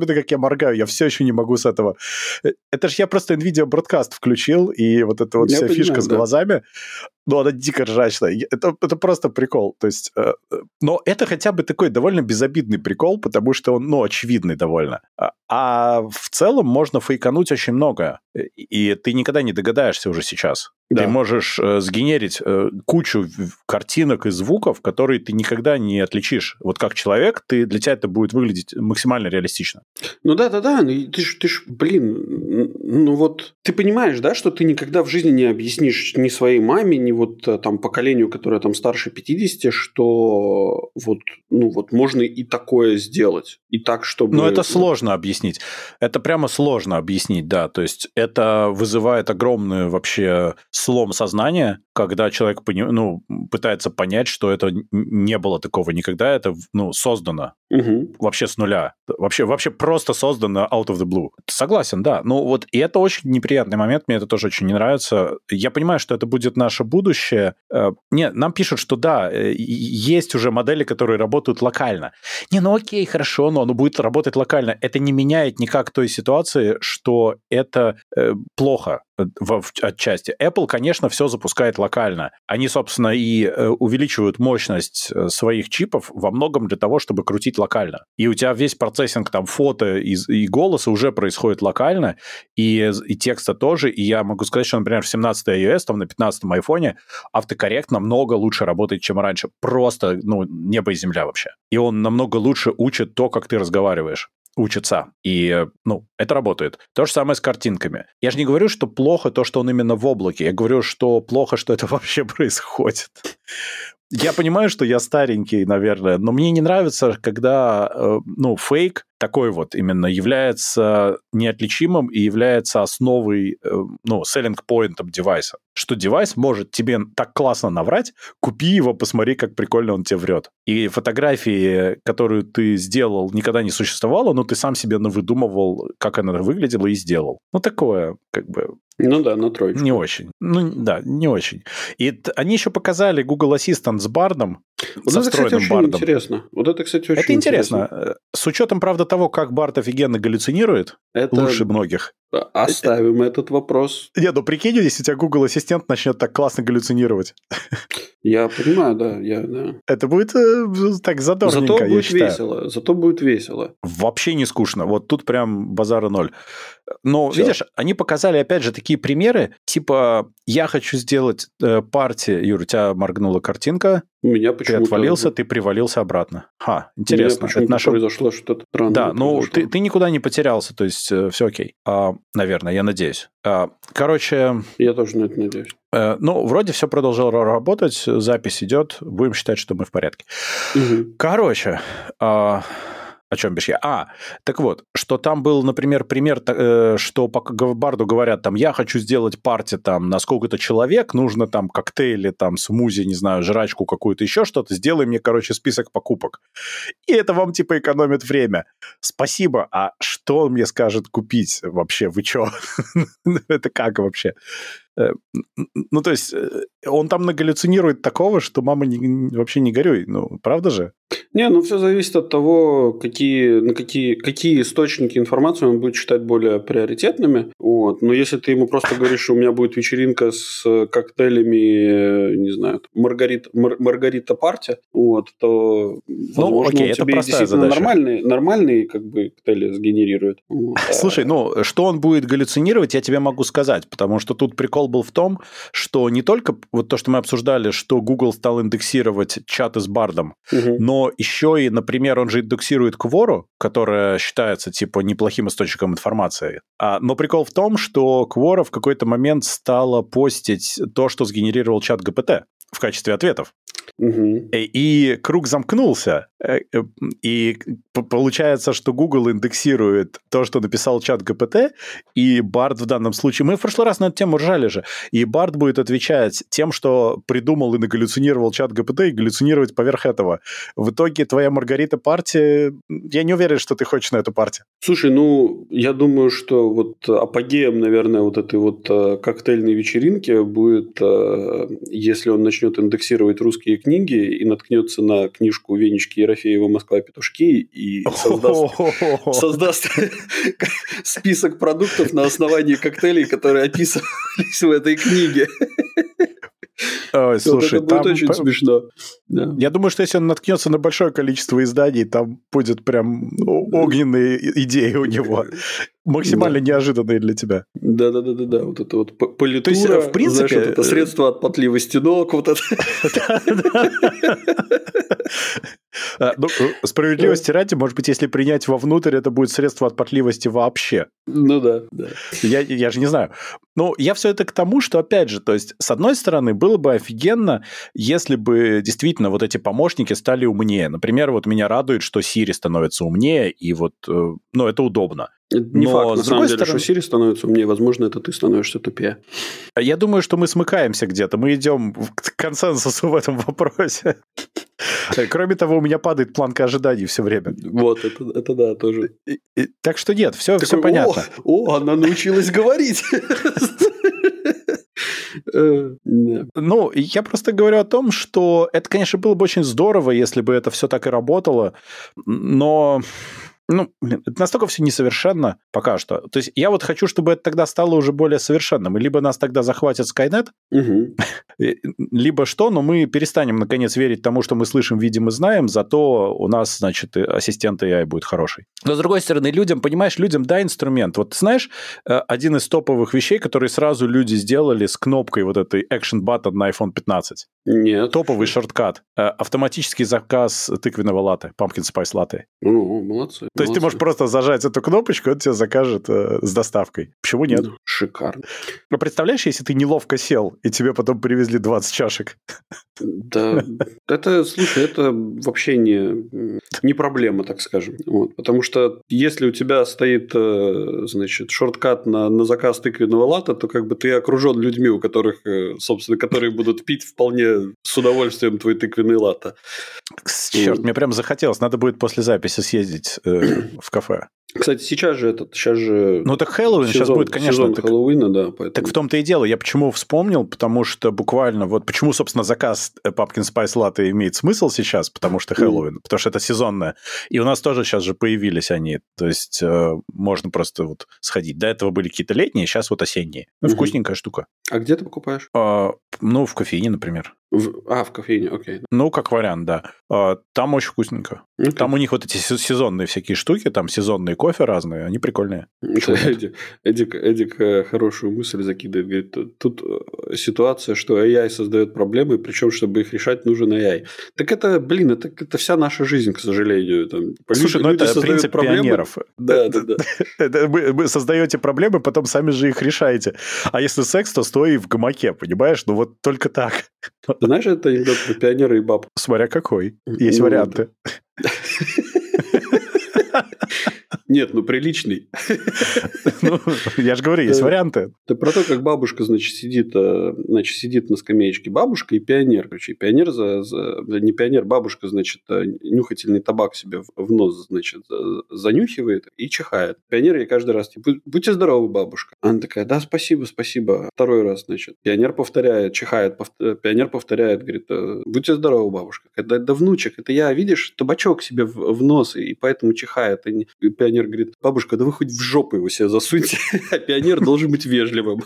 особенно как я моргаю, я все еще не могу с этого. Это же я просто NVIDIA Broadcast включил, и вот эта вот я вся понимаю, фишка с да. глазами, ну, она дико ржачная. Это, это просто прикол. То есть, э, но это хотя бы такой довольно безобидный прикол, потому что он, ну, очевидный довольно. А, а в целом можно фейкануть очень многое. И ты никогда не догадаешься уже сейчас. Да. Ты можешь э, сгенерить э, кучу картинок и звуков, которые ты никогда не отличишь. Вот как человек, ты, для тебя это будет выглядеть максимально реалистично. Ну да-да-да, ты ж, ты ж, блин, ну вот ты понимаешь, да, что ты никогда в жизни не объяснишь ни своей маме, ни вот там поколению, которое там старше пятидесяти, что вот, ну вот можно и такое сделать. И так, чтобы... Ну это сложно объяснить. Это прямо сложно объяснить, да. То есть это вызывает огромную вообще... слом сознания, когда человек ну, пытается понять, что это не было такого никогда, это ну, создано угу. вообще с нуля. Вообще, вообще просто создано out of the blue. Согласен, да. Ну вот, и это очень неприятный момент, мне это тоже очень не нравится. Я понимаю, что это будет наше будущее. Нет, нам пишут, что да, есть уже модели, которые работают локально. Не, ну окей, хорошо, но оно будет работать локально. Это не меняет никак той ситуации, что это э, плохо в, в, отчасти. Apple, конечно, все запускает локально. Они, собственно, и э, увеличивают мощность своих чипов во многом для того, чтобы крутить локально. И у тебя весь процессинг там фото и, и голоса уже происходит локально, и, и текста тоже. И я могу сказать, что, например, в семнадцатом iOS, там, на пятнадцатом айфоне автокоррект намного лучше работает, чем раньше. Просто, ну, небо и земля вообще. И он намного лучше учит то, как ты разговариваешь. Учится. И, ну, это работает. То же самое с картинками. Я же не говорю, что плохо то, что он именно в облаке. Я говорю, что плохо, что это вообще происходит. Я понимаю, что я старенький, наверное, но мне не нравится, когда, э, ну, фейк такой вот именно является неотличимым и является основой, э, ну, selling point девайса. Что девайс может тебе так классно наврать, купи его, посмотри, как прикольно он тебе врет. И фотографии, которую ты сделал, никогда не существовало, но ты сам себе навыдумывал, как она выглядела, и сделал. Ну, такое, как бы... Ну да, на троечку. Не очень. Ну да, не очень. И т- они еще показали Google Assistant с Бардом, вот со это, встроенным кстати, Бардом. Очень интересно. Вот это, кстати, очень это интересно. интересно. С учетом, правда, того, как Бард офигенно галлюцинирует, это... лучше многих. Оставим этот вопрос. Не, ну прикинь, если у тебя Google Ассистент начнет так классно галлюцинировать. Я понимаю, да, я, да. Это будет э, так задорненько, Зато я будет считаю. весело, зато будет весело. Вообще не скучно. Вот тут прям базара ноль. Но, Все. Видишь, они показали, опять же, такие примеры, типа, я хочу сделать э, парти, Юр, у тебя моргнула картинка, у меня почему-то... Ты отвалился, ты привалился обратно. Ха, интересно. У меня это наша... произошло что-то странное. Да, ну ты, ты никуда не потерялся, то есть э, все окей. А, наверное, я надеюсь. А, короче... Я тоже на это надеюсь. Э, ну, вроде все продолжало работать, запись идет, будем считать, что мы в порядке. Угу. Короче... А... О чем бишь я? А, так вот, что там был, например, пример, э, что по Барду говорят, там, я хочу сделать парти там на сколько-то человек, нужно там коктейли, там, смузи, не знаю, жрачку какую-то, еще что-то, сделай мне, короче, список покупок. И это вам, типа, экономит время. Спасибо, а что он мне скажет купить вообще? Вы что? Это как вообще? Ну, то есть, он там нагаллюцинирует такого, что мама не, вообще не горюй. Ну, правда же? Не, ну, все зависит от того, какие, на какие, какие источники информации он будет считать более приоритетными. Вот. Но если ты ему просто говоришь, что у меня будет вечеринка с коктейлями, не знаю, Маргарита, Мар, Маргарита Парти, вот, то, возможно, ну, окей, он тебе действительно нормальные, нормальные как бы, коктейли сгенерирует. Вот. Слушай, ну, что он будет галлюцинировать, я тебе могу сказать, потому что тут прикол был в том, что не только вот то, что мы обсуждали, что Google стал индексировать чаты с Бардом, угу. но еще и, например, он же индексирует Quora, которая считается, типа, неплохим источником информации. А, но прикол в том, что Quora в какой-то момент стала постить то, что сгенерировал чат джи пи ти в качестве ответов. Угу. И, и круг замкнулся. И получается, что Google индексирует то, что написал чат джи пи ти, и Бард в данном случае... Мы в прошлый раз на эту тему ржали же. И Бард будет отвечать тем, что придумал и нагаллюцинировал чат джи пи ти, и галлюцинировать поверх этого. В итоге твоя Маргарита Парти... Я не уверен, что ты хочешь на эту партию. Слушай, ну, я думаю, что вот апогеем, наверное, вот этой вот э, коктейльной вечеринки будет, э, если он начнет индексировать русские книги и наткнется на книжку Венечки Ерофеева «Москва-петушки» и создаст, создаст список продуктов на основании коктейлей, которые описывались в этой книге. Ой, слушай, это будет там... очень смешно. Да. Я думаю, что если он наткнется на большое количество изданий, там будет прям огненные идеи у него. Максимально да. неожиданные для тебя. Да-да-да, да. Вот это вот политура, то есть, в принципе, знаешь, вот это средство от потливости ног, вот это. Ну, справедливости ради, может быть, если принять вовнутрь, это будет средство от потливости вообще. Ну да, да. Я, я же не знаю. Ну, я все это к тому, что, опять же, то есть, с одной стороны, было бы офигенно, если бы действительно вот эти помощники стали умнее. Например, вот меня радует, что Siri становится умнее, и вот, ну, это удобно. Не Но, факт, на самом деле, стороны... что Siri становится умнее. Возможно, это ты становишься тупее. Я думаю, что мы смыкаемся где-то. Мы идем к консенсусу в этом вопросе. Кроме того, у меня падает планка ожиданий все время. Вот, это, это да, тоже. И, и, так что нет, все, все понятно. О, о, она научилась говорить. Ну, я просто говорю о том, что это, конечно, было бы очень здорово, если бы это все так и работало, но... Ну, блин, это настолько все несовершенно пока что. То есть я вот хочу, чтобы это тогда стало уже более совершенным. И либо нас тогда захватит Skynet, угу. либо что, но мы перестанем, наконец, верить тому, что мы слышим, видим и знаем, зато у нас, значит, ассистент эй ай будет хороший. Но, с другой стороны, людям, понимаешь, людям дай инструмент. Вот ты знаешь, один из топовых вещей, которые сразу люди сделали с кнопкой вот этой Action Button на айфон пятнадцать? Нет. Топовый шорткат. Автоматический заказ тыквенного латте, Pumpkin Spice Latte. Ну, молодцы. То есть ты можешь просто зажать эту кнопочку, он тебе закажет э, с доставкой. Почему нет? Ну, шикарно. Но представляешь, если ты неловко сел, и тебе потом привезли двадцать чашек? Да, это, слушай, это вообще не, не проблема, так скажем. Вот, потому что если у тебя стоит, значит, шорткат на, на заказ тыквенного латте, то как бы ты окружен людьми, у которых, собственно, которые будут пить вполне с удовольствием твой тыквенный латте. Черт, вот. Мне прям захотелось. Надо будет после записи съездить э, в кафе. Кстати, сейчас же этот, сейчас же... Ну, так Хэллоуин сейчас будет, конечно. Сезон так, Хэллоуина, да. Поэтому... Так в том-то и дело. Я почему вспомнил, потому что буквально вот... Почему, собственно, заказ Pumpkin Spice Latte имеет смысл сейчас, потому что Хэллоуин, mm. потому что это сезонное. И у нас тоже сейчас же появились они. То есть, э, можно просто вот сходить. До этого были какие-то летние, сейчас вот осенние. Ну, mm-hmm. вкусненькая штука. А где ты покупаешь? А, ну, в кофейне, например. В... А, в кофейне, окей. Ну, как вариант, да. А, там очень вкусненько. Okay. Там у них вот эти сезонные всякие штуки, там сезонные кофе разные, они прикольные. Эдик, Эдик, Эдик хорошую мысль закидывает. Говорит, тут ситуация, что эй ай создает проблемы, причем, чтобы их решать, нужен эй ай. Так это, блин, это, это вся наша жизнь, к сожалению. Там, Слушай, люди, ну это принцип проблемы. Пионеров. Да, да, да. Вы, вы создаете проблемы, потом сами же их решаете. А если секс, то стой в гамаке, понимаешь? Ну вот только так. Ты знаешь, это анекдот про пионера и баб? Смотря какой. Есть ну, варианты. Нет, ну приличный. Ну, я же говорю, есть варианты. Это про то, как бабушка, значит, сидит, значит, сидит на скамеечке. Бабушка и пионер. Короче, пионер за, за... Не пионер, бабушка, значит, нюхательный табак себе в нос, значит, занюхивает и чихает. Пионер ей каждый раз, типа, будьте здоровы, бабушка. Она такая, да, спасибо, спасибо. Второй раз, значит, пионер повторяет, чихает, повтор... пионер повторяет, говорит, будьте здоровы, бабушка. Это, это внучек, это я, видишь, табачок себе в, в нос, и поэтому чихает. И пионер говорит, бабушка, да вы хоть в жопу его себе засуньте, а пионер должен быть вежливым.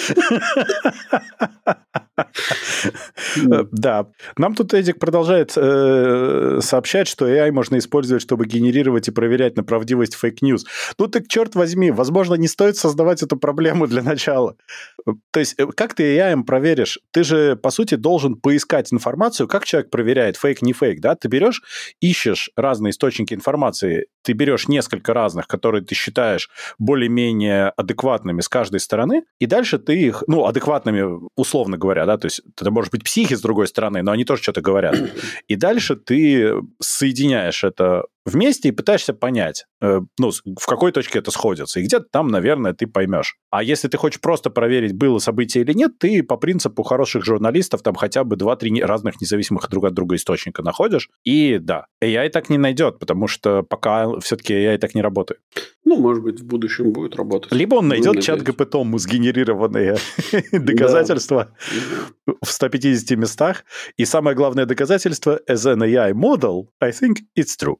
Да. Нам тут Эдик продолжает э, сообщать, что эй ай можно использовать, чтобы генерировать и проверять на правдивость фейк-ньюс. Ну так, черт возьми, возможно, не стоит создавать эту проблему для начала. То есть, как ты эй ай проверишь? Ты же, по сути, должен поискать информацию, как человек проверяет, фейк, не фейк, да? Ты берешь, ищешь разные источники информации, ты берешь несколько разных, которые ты считаешь более-менее адекватными с каждой стороны, и дальше ты их, ну, адекватными, условно говоря, да, то есть это может быть психи с другой стороны, но они тоже что-то говорят. И дальше ты соединяешь это вместе и пытаешься понять, э, ну, в какой точке это сходится. И где-то там, наверное, ты поймешь. А если ты хочешь просто проверить, было событие или нет, ты по принципу хороших журналистов там хотя бы два-три разных независимых друг от друга источника находишь. И да, эй ай так не найдет, потому что пока все-таки эй ай так не работает. Ну, может быть, в будущем будет работать. Либо он найдет чат джи пи ти сгенерированные доказательства в ста пятидесяти местах. И самое главное доказательство, as an эй ай model, I think it's true.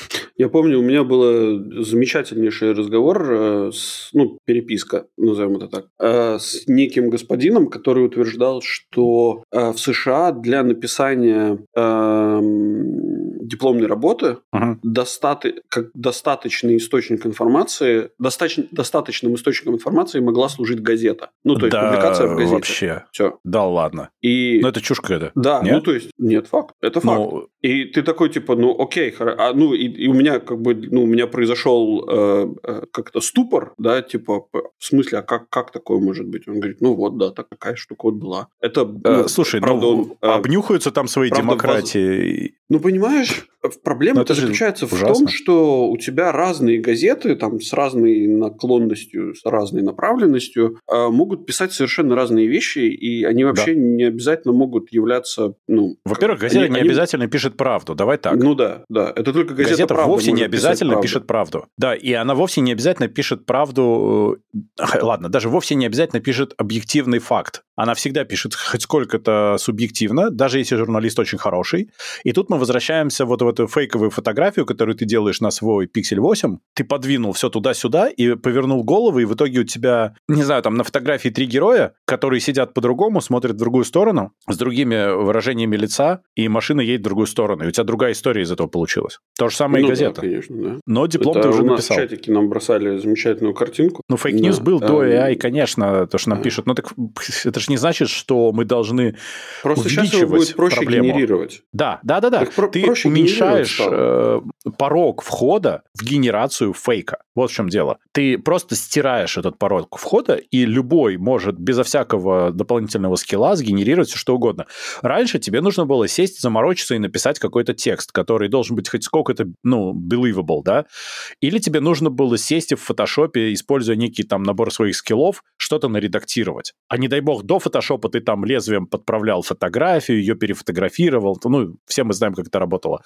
Я помню, у меня был замечательнейший разговор, э, с, ну, переписка, назовем это так, э, с неким господином, который утверждал, что э, в США для написания э, дипломной работы uh-huh. достаты, как достаточный источник информации, достаточно, достаточным источником информации могла служить газета. Ну, то есть да, публикация в газете. Вообще. Все. Да ладно. И... Ну, это чушь какая-то. Да, нет? ну, то есть, нет, факт. Это факт. Но... И ты такой, типа, ну, окей, хоро... а, ну, и, и у меня, как бы, ну, у меня произошел э, э, как-то ступор, да, типа, в смысле, а как, как такое может быть? Он говорит, ну, вот, да, такая штука вот была. Это, ну, э, слушай, правда, ну, он, э, обнюхаются там свои правда, демократии. Воз... Ну, понимаешь, проблема это заключается в том, что у тебя разные газеты, там, с разной наклонностью, с разной направленностью, э, могут писать совершенно разные вещи, и они вообще да. не обязательно могут являться, ну... Во-первых, газета они, не обязательно они... пишет правду, давай так. Ну да, да, это только газета, газета «Правда» вовсе не обязательно правду. пишет правду. Да, и она вовсе не обязательно пишет правду... Ладно, даже вовсе не обязательно пишет объективный факт. Она всегда пишет хоть сколько-то субъективно, даже если журналист очень хороший. И тут мы возвращаемся вот в эту фейковую фотографию, которую ты делаешь на свой Pixel восемь. Ты подвинул все туда-сюда и повернул голову, и в итоге у тебя, не знаю, там на фотографии три героя, которые сидят по-другому, смотрят в другую сторону, с другими выражениями лица, и машина едет в другую сторону. И у тебя другая история из этого получилась. То же самое ну, и газета. Да, конечно, да. Но диплом это ты уже у нас написал. В чатике нам бросали замечательную картинку. Ну, фейк-ньюс да. был а, до эй ай, конечно, то, что нам да. пишут. Но так это же не значит, что мы должны Просто увеличивать сейчас его будет проще проблему. генерировать. Да, да, да, да. Про- ты уменьшаешь э, порог входа в генерацию фейка. Вот в чем дело. Ты просто стираешь этот порог входа, и любой может безо всякого дополнительного скилла сгенерировать все что угодно. Раньше тебе нужно было сесть, заморочиться и написать какой-то текст, который должен быть хоть сколько-то, ну, believable, да? Или тебе нужно было сесть в фотошопе, используя некий там набор своих скиллов, что-то наредактировать. А не дай бог, до фотошопа ты там лезвием подправлял фотографию, ее перефотографировал. Ну, все мы знаем, как это работало.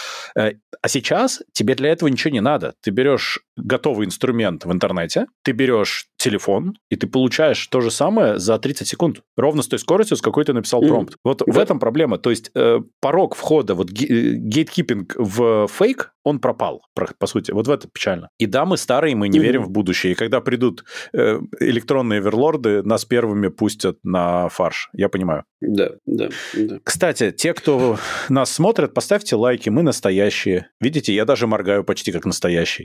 А сейчас тебе для этого ничего не надо. Ты берешь готовый инструмент в интернете, ты берешь телефон, и ты получаешь то же самое за тридцать секунд. Ровно с той скоростью, с какой ты написал промпт. Mm. Вот yeah. в этом проблема. То есть э, порог входа, вот гейткипинг в фейк, он пропал, по сути. Вот в это печально. И да, мы старые, мы не mm-hmm. верим в будущее. И когда придут э, электронные оверлорды, нас первыми пустят на фарш. Я понимаю. Да, да, да. Кстати, те, кто нас смотрят, поставьте лайки, мы настоящие. Видите, я даже моргаю почти как настоящий.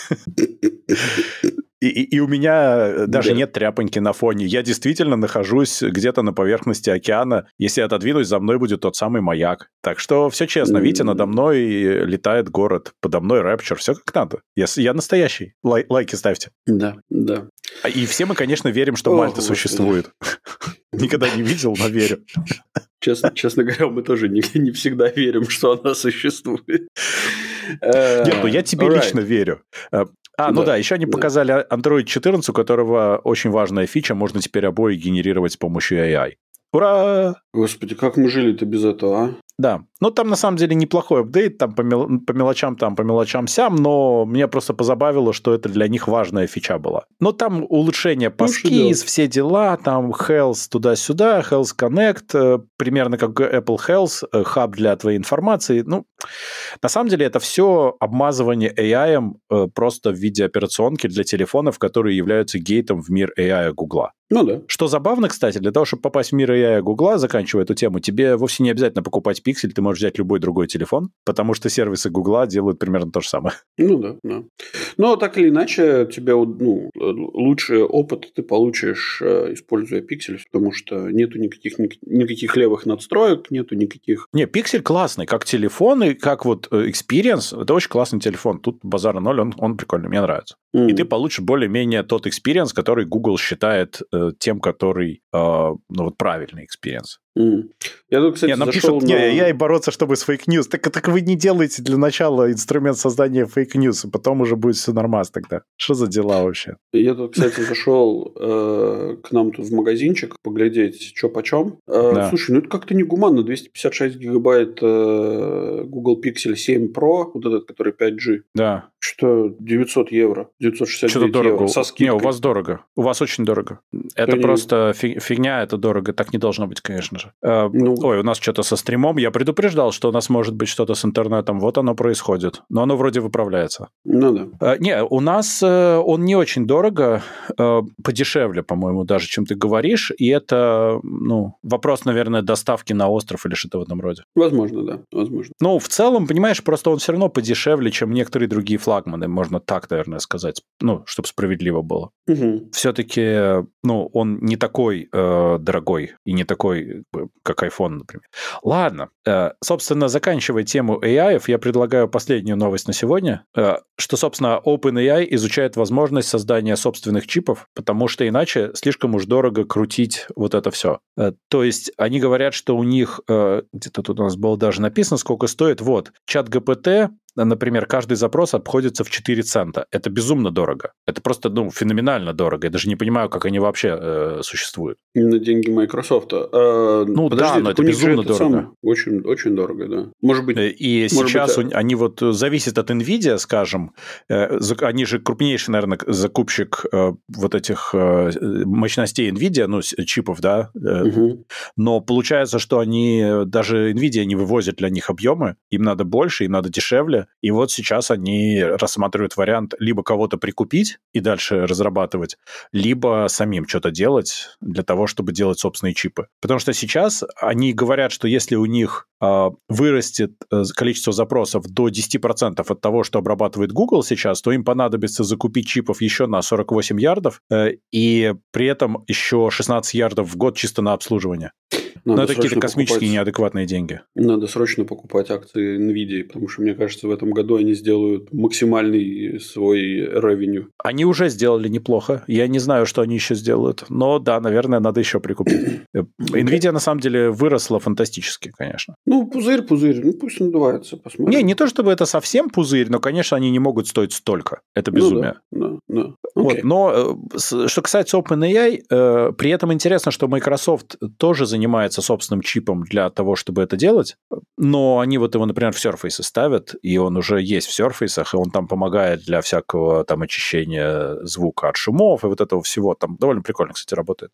И, и, и у меня даже да. нет тряпоньки на фоне. Я действительно нахожусь где-то на поверхности океана. Если я отодвинусь, за мной будет тот самый маяк. Так что все честно. Mm-hmm. Видите, надо мной летает город, подо мной рэпчер. Все как надо. Я, я настоящий. Лай, лайки ставьте. Да, да. И все мы, конечно, верим, что О, Мальта Господи. существует. Никогда не видел, но верю. Честно, честно говоря, мы тоже не, не всегда верим, что она существует. Нет, ну я тебе Alright. лично верю. А, ну да, да еще они да. показали Android четырнадцать, у которого очень важная фича, можно теперь обои генерировать с помощью эй ай. Ура! Господи, как мы жили-то без этого, а? Да, ну там на самом деле неплохой апдейт, там по, мел... по мелочам там, по мелочам сям, но меня просто позабавило, что это для них важная фича была. Но там улучшение по скиз, все дела, там Health туда-сюда, Health Connect, примерно как Apple Health, хаб для твоей информации. Ну, на самом деле это все обмазывание эй ай просто в виде операционки для телефонов, которые являются гейтом в мир эй ай Гугла. Ну да. Что забавно, кстати, для того, чтобы попасть в мир эй ай Гугла, заканчивая эту тему, тебе вовсе не обязательно покупать Pixel, ты можешь взять любой другой телефон, потому что сервисы Гугла делают примерно то же самое. Ну да, да. Но так или иначе, тебе ну, лучший опыт ты получишь, используя Pixel, потому что нету никаких, никаких левых надстроек, нету никаких... Не, Pixel классный, как телефон и как вот experience, это очень классный телефон. Тут базара ноль, он, он прикольный, мне нравится. Mm. И ты получишь более-менее тот экспириенс, который Google считает э, тем, который, э, ну, вот правильный экспириенс. Mm. Я тут, кстати, не, нам зашел пишут, на... не, я и бороться, чтобы с фейк-ньюс. Так, так вы не делаете для начала инструмент создания фейк-ньюс, и потом уже будет все нормас тогда. Что за дела вообще? Я тут, кстати, зашел э, к нам тут в магазинчик поглядеть, что почем. Э, Да. Слушай, ну это как-то негуманно. двести пятьдесят шесть гигабайт э, Google Pixel семь Pro, вот этот, который пять джи. Да. Что девятьсот евро, девятьсот шестьдесят девять Что-то дорого. евро со скидкой. Не, у вас дорого. У вас очень дорого. Это Да просто не... фигня, это дорого. Так не должно быть, конечно же. Э, ну... Ой, у нас что-то со стримом. Я предупреждал, что у нас может быть что-то с интернетом. Вот оно происходит. Но оно вроде выправляется. Ну да. Э, не, у нас э, он не очень дорого. Э, подешевле, по-моему, даже, чем ты говоришь. И это, ну, вопрос, наверное, доставки на остров или что-то в этом роде. Возможно, да. Возможно. Ну, в целом, понимаешь, просто он все равно подешевле, чем некоторые другие флагманы. Можно так, наверное, сказать. Ну, чтобы справедливо было. Угу. Все-таки, ну, он не такой э, дорогой и не такой, как iPhone, например. Ладно. Э, собственно, заканчивая тему эй ай, я предлагаю последнюю новость на сегодня, э, что, собственно, OpenAI изучает возможность создания собственных чипов, потому что иначе слишком уж дорого крутить вот это все. Э, то есть они говорят, что у них, э, где-то тут у нас было даже написано, сколько стоит, вот, чат джи пи ти, например, каждый запрос обходится в четыре цента. Это безумно дорого. Это просто, ну, феноменально дорого. Я даже не понимаю, как они вообще э, существуют. На деньги Microsoft. А, ну подожди, да, но это безумно это дорого. Сам, очень, очень дорого, да. Может быть... И может сейчас быть, они вот зависят от NVIDIA, скажем. Э, они же крупнейший, наверное, закупщик э, вот этих э, мощностей NVIDIA, ну, чипов, да. Э, угу. Но получается, что они, даже NVIDIA не вывозят для них объемы. Им надо больше, им надо дешевле. И вот сейчас они рассматривают вариант либо кого-то прикупить и дальше разрабатывать, либо самим что-то делать для того, чтобы делать собственные чипы. Потому что сейчас они говорят, что если у них э, вырастет количество запросов до десять процентов от того, что обрабатывает Google сейчас, то им понадобится закупить чипов еще на сорок восемь ярдов э, и при этом еще шестнадцать ярдов в год чисто на обслуживание. Надо Но это какие-то космические покупать... неадекватные деньги. Надо срочно покупать акции NVIDIA, потому что, мне кажется, в этом году они сделают максимальный свой ревеню. Они уже сделали неплохо. Я не знаю, что они еще сделают. Но да, наверное, надо еще прикупить. NVIDIA, на самом деле, выросла фантастически, конечно. Ну, пузырь, пузырь. Ну, пусть надувается, посмотрим. Не, не то, чтобы это совсем пузырь, но, конечно, они не могут стоить столько. Это безумие. Ну, да, да, да. Вот, но что касается OpenAI, при этом интересно, что Microsoft тоже занимается собственным чипом для того, чтобы это делать, но они вот его, например, в Surface ставят, и он уже есть в Surface, и он там помогает для всякого там очищения звука от шумов и вот этого всего. Там довольно прикольно, кстати, работает.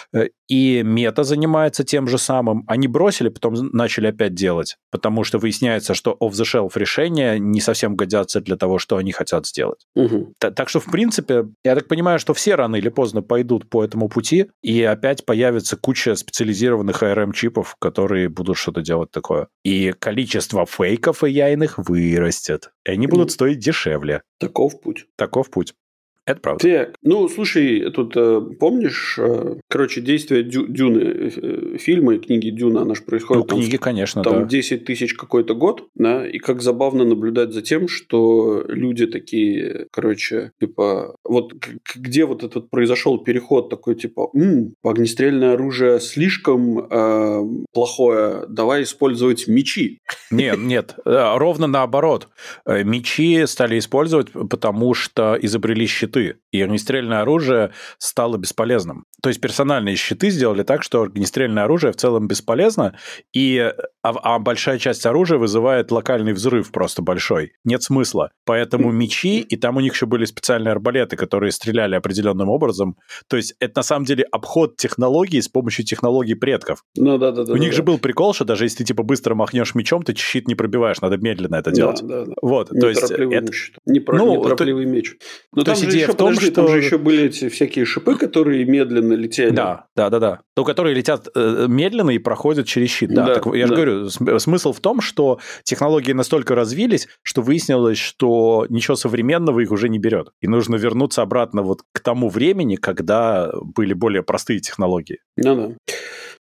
И Meta занимается тем же самым. Они бросили, потом начали опять делать, потому что выясняется, что off-the-shelf решения не совсем годятся для того, что они хотят сделать. Угу. Так что, в принципе, я так понимаю, что все рано или поздно пойдут по этому пути, и опять появится куча специализированных эй ар эм-чипов, которые будут что-то делать такое. И количество фейков эй ай-ных вырастет. И они будут стоить дешевле. Таков путь. Таков путь. Это правда. Так, ну, слушай, тут э, помнишь, э, короче, действие Дю, Дюны, э, фильма и книги Дюна, она же происходит... Ну, книги, конечно, там да. десять тысяч какой-то год, да, и как забавно наблюдать за тем, что люди такие, короче, типа, вот где вот этот произошел переход такой, типа, м-м, огнестрельное оружие слишком э, плохое, давай использовать мечи. Нет, нет, ровно наоборот. Мечи стали использовать, потому что изобрели щиты, и огнестрельное оружие стало бесполезным. То есть персональные щиты сделали так, что огнестрельное оружие в целом бесполезно, и, а, а большая часть оружия вызывает локальный взрыв просто большой. Нет смысла. Поэтому мечи, и там у них еще были специальные арбалеты, которые стреляли определенным образом. То есть это на самом деле обход технологий с помощью технологий предков. Ну, да, да, да, у них да, же да. был прикол, что даже если ты типа быстро махнешь мечом, ты щит не пробиваешь, надо медленно это делать. Да, да, да. Вот, то есть это... Непро... ну, неторопливый то... меч. Но то там же идея еще, в том, подожди, что... там же еще были эти всякие шипы, которые медленно летели. Да, да, да, да. То, которые летят э, медленно и проходят через щит. Да, да, так, я да. же говорю, смысл в том, что технологии настолько развились, что выяснилось, что ничего современного их уже не берет. И нужно вернуться обратно вот к тому времени, когда были более простые технологии. Ну да.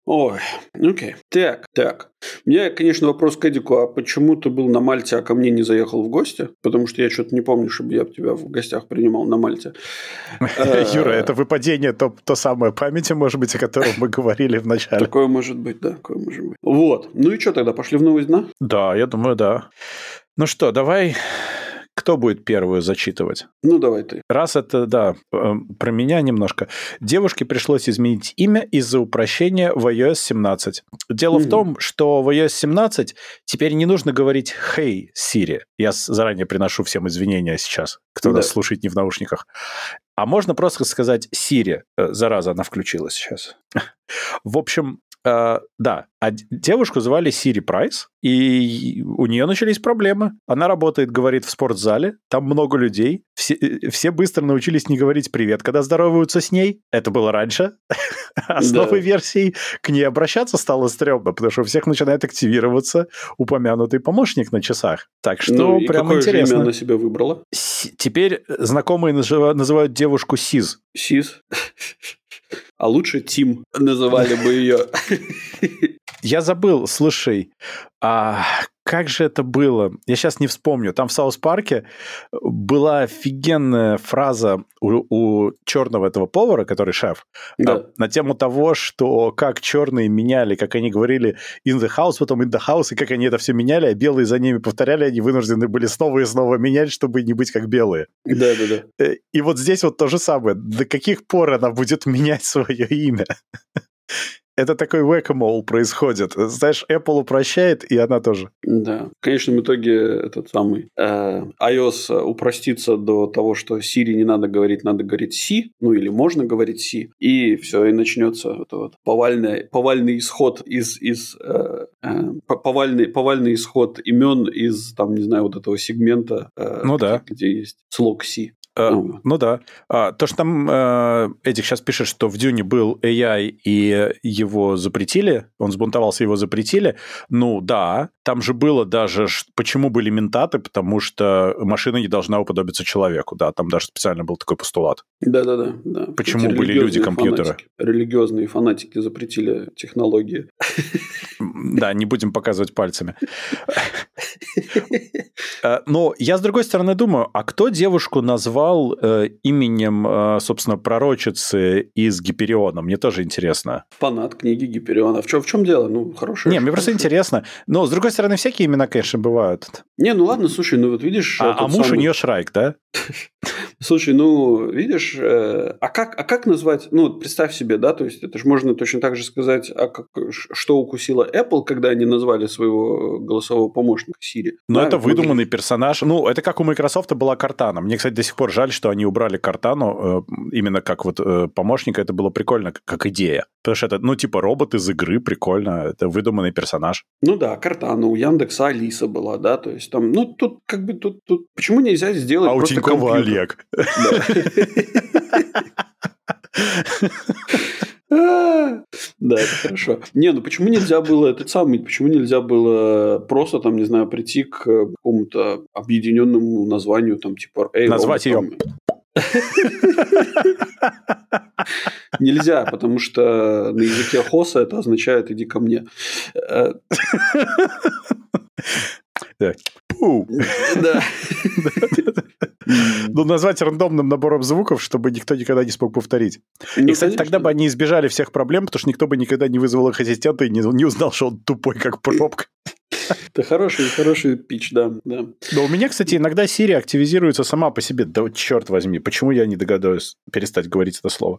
Ой, окей. Так, так. У меня, конечно, вопрос к Эдику. А почему ты был на Мальте, а ко мне не заехал в гости? Потому что я что-то не помню, чтобы я тебя в гостях принимал на Мальте. Юра, это выпадение то, то самое памяти, может быть, о котором мы говорили в начале. Такое может быть, да. Такое может быть. Вот. Ну и что тогда? Пошли в новость дна? Да, я думаю, да. Ну что, давай... Кто будет первую зачитывать? Ну, давай ты. Раз это, да, про меня немножко. Девушке пришлось изменить имя из-за упрощения в ай о эс семнадцать. Дело mm-hmm. в том, что в ай о эс семнадцать теперь не нужно говорить «Hey, Siri». Я заранее приношу всем извинения сейчас, кто да. нас слушает не в наушниках. А можно просто сказать «Siri». Зараза, она включилась сейчас. В общем... Uh, да, а девушку звали Siri Прайс, и у нее начались проблемы. Она работает, говорит, в спортзале, там много людей. Все, все быстро научились не говорить «привет», когда здороваются с ней. Это было раньше. А с новой версией к ней обращаться стало стрёмно, потому что у всех начинает активироваться упомянутый помощник на часах. Так что ну, прям какое интересно. Же имя она себя выбрала? С- теперь знакомые называют девушку Сиз. Сиз? А лучше Тим называли бы ее. Я забыл, слушай, а как же это было? Я сейчас не вспомню. Там в Саус-парке была офигенная фраза у, у черного этого повара, который шеф, да. на тему того, что как черные меняли, как они говорили in the house, потом in the house, и как они это все меняли, а белые за ними повторяли, они вынуждены были снова и снова менять, чтобы не быть как белые. Да-да-да. И вот здесь вот то же самое. До каких пор она будет менять свое имя? Это такой whack-a-mole происходит. Знаешь, Apple упрощает, и она тоже. Да. В конечном итоге этот самый э, iOS упростится до того, что Siri не надо говорить, надо говорить C, ну или можно говорить C, и все, и начнется это вот повальный, повальный исход из, из э, э, повальный, повальный исход имен из, там, не знаю, вот этого сегмента, э, ну, где, да. где есть слог C. Uh, ну. ну да. А, то, что там uh, Эдик сейчас пишет, что в Дюне был эй ай, и его запретили, он сбунтовался, его запретили. Ну да, там же было даже, почему были ментаты, потому что машина не должна уподобиться человеку. Да, там даже специально был такой постулат. Да-да-да. да. Почему Эти были люди-компьютеры? Фанатики, религиозные фанатики запретили технологии. Да, не будем показывать пальцами. Но я, с другой стороны, думаю, а кто девушку назвал э, именем, э, собственно, пророчицы из Гипериона? Мне тоже интересно. Фанат книги Гипериона. В чем, в чем дело? Ну, хорошо. Не, мне просто интересно. Но, с другой стороны, всякие имена, конечно, бывают. Не, ну ладно, слушай, ну вот видишь... А, а муж самый... у нее Шрайк, да? Слушай, ну, видишь, э, а, как, а как назвать... Ну, представь себе, да, то есть это же можно точно так же сказать, а как, что укусила Apple, когда они назвали своего голосового помощника Siri. Ну, да, это выдуманный персонаж. Ну, это как у Microsoft была Картана. Мне, кстати, до сих пор жаль, что они убрали Картану э, именно как вот э, помощника. Это было прикольно, как, как идея. Потому что это, ну, типа робот из игры, прикольно. Это выдуманный персонаж. Ну да, Картана. У Яндекса Алиса была, да, то есть там, ну, тут как бы, тут, тут... Почему нельзя сделать а просто компьютер? А у Тинькова Олег. Да, это хорошо. Не, ну почему нельзя было этот самый, почему нельзя было просто там, не знаю, прийти к какому-то объединенному названию, там, типа... Назвать ее. Нельзя, потому что на языке хоса это означает «иди ко мне». Да. Да. Ну, назвать рандомным набором звуков, чтобы никто никогда не смог повторить. Ну, и, кстати, конечно. Тогда бы они избежали всех проблем, потому что никто бы никогда не вызвал их ассистента и не, не узнал, что он тупой, как пробка. Это хороший, хороший пич, да, да. Но у меня, кстати, иногда Siri активизируется сама по себе. Да вот черт возьми, почему я не догадаюсь перестать говорить это слово?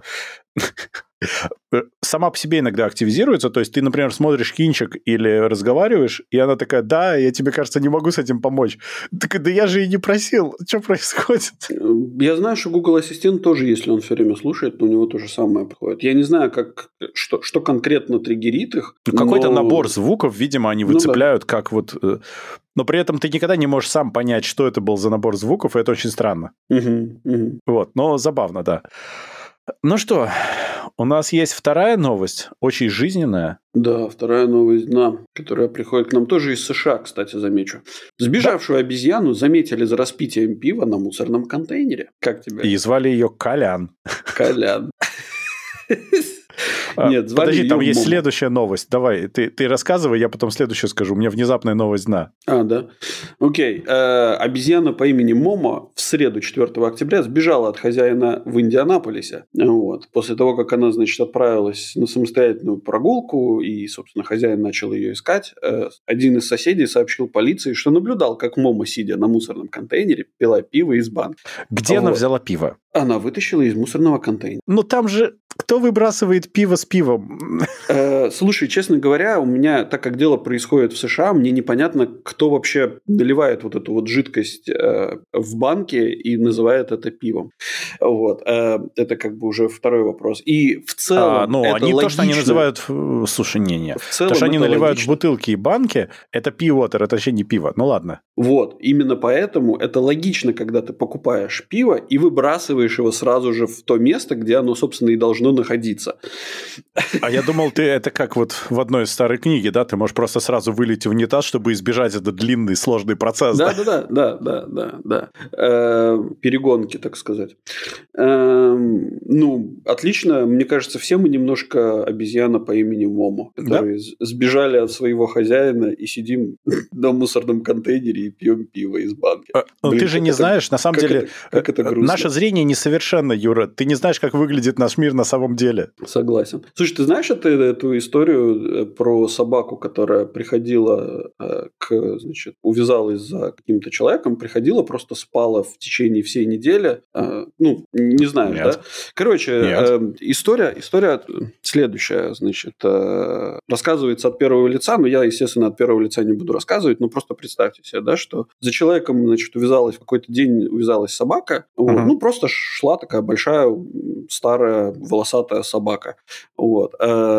Сама по себе иногда активизируется, то есть ты, например, смотришь кинчик или разговариваешь, и она такая: да, я тебе, кажется, не могу с этим помочь. Так, да я же и не просил, что происходит? Я знаю, что Google Ассистент тоже, если он все время слушает, у него то же самое происходит. Я не знаю, как, что, что конкретно триггерит их. Ну, какой-то но... набор звуков, видимо, они выцепляют, ну, да. Как вот... Но при этом ты никогда не можешь сам понять, что это был за набор звуков, и это очень странно. Угу, угу. Вот, но забавно, да. Ну что, у нас есть вторая новость, очень жизненная. Да, вторая новость дна, которая приходит к нам тоже из США, кстати, замечу. Сбежавшую да. обезьяну заметили за распитием пива на мусорном контейнере. Как тебя? И звали ее Колян. Колян. Нет, звали Подожди, ее там есть Момо. следующая новость. Давай, ты, ты рассказывай, я потом следующую скажу. У меня внезапная новость, да. А, да. Окей. Э, обезьяна по имени Момо в среду, четвёртого октября, сбежала от хозяина в Индианаполисе. Вот. После того, как она, значит, отправилась на самостоятельную прогулку, и, собственно, хозяин начал ее искать, э, один из соседей сообщил полиции, что наблюдал, как Момо, сидя на мусорном контейнере, пила пиво из банки. Где Вот. она взяла пиво? Она вытащила из мусорного контейнера. Ну, там же... Кто выбрасывает пиво с пивом? Э, слушай, честно говоря, у меня, так как дело происходит в США, мне непонятно, кто вообще наливает вот эту вот жидкость э, в банке и называет это пивом. Вот. Э, это как бы уже второй вопрос. И в целом А, ну, это они логично. То, что они называют... Слушай, не-не. В целом То, что они это наливают логично. в бутылки и банки, это пиво-вотер, это вообще не пиво. Ну, ладно. Вот. Именно поэтому это логично, когда ты покупаешь пиво и выбрасываешь его сразу же в то место, где оно, собственно, и должно находиться. А я думал, ты это как вот в одной из старой книги, да? Ты можешь просто сразу вылить в унитаз, чтобы избежать этот длинный, сложный процесс. Да, да, да, да, да, да, да. Э, перегонки, так сказать. Э, ну, отлично. Мне кажется, все мы немножко обезьяна по имени Момо, которые да? сбежали от своего хозяина и сидим на мусорном контейнере и пьем пиво из банки. А, ну, Блин, ты же не это, знаешь, на самом как деле, это, как это грустно. Наше зрение несовершенно, Юра. Ты не знаешь, как выглядит наш мир на самом деле. Согласен. Слушай, ты знаешь это, эту историю про собаку, которая приходила к, значит, увязалась за каким-то человеком, приходила, просто спала в течение всей недели. Ну, не знаешь, Нет. да? Короче, Нет. история, история следующая, значит, рассказывается от первого лица, но я, естественно, от первого лица не буду рассказывать, но просто представьте себе, да, что за человеком, значит, увязалась в какой-то день увязалась собака, uh-huh. вот, ну, просто шла такая большая старая волосатая собака. Вот.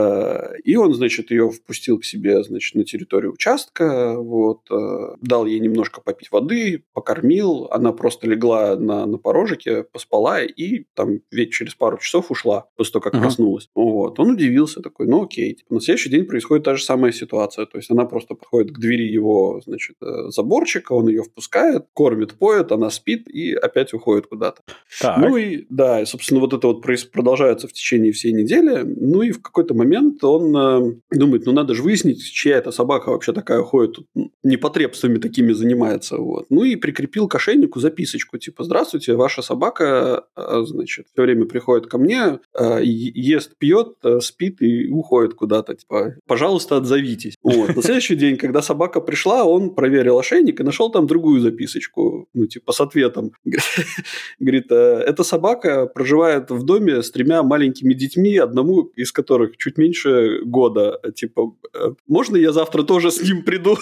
И он, значит, ее впустил к себе, значит, на территорию участка, вот, дал ей немножко попить воды, покормил, она просто легла на, на порожике, поспала и там ведь через пару часов ушла, после того, как uh-huh. проснулась. Вот. Он удивился, такой, ну окей. На следующий день происходит та же самая ситуация, то есть она просто подходит к двери его, значит, заборчика, он ее впускает, кормит, поет, она спит и опять уходит куда-то. Так. Ну и, да, и, собственно, вот это вот продолжается в течение всей недели, ну и в какой-то момент он э, думает, ну надо же выяснить, чья эта собака вообще такая ходит, тут непотребствами такими занимается, вот. Ну и прикрепил к ошейнику записочку, типа, здравствуйте, ваша собака, значит, все время приходит ко мне, э, ест, пьет, спит и уходит куда-то, типа, пожалуйста, отзовитесь. Вот. На следующий день, когда собака пришла, он проверил ошейник и нашел там другую записочку, ну, типа, с ответом. Говорит, эта собака проживает в доме с тремя маленькими детьми, одному из которых чуть меньше года. Типа, можно я завтра тоже с ним приду?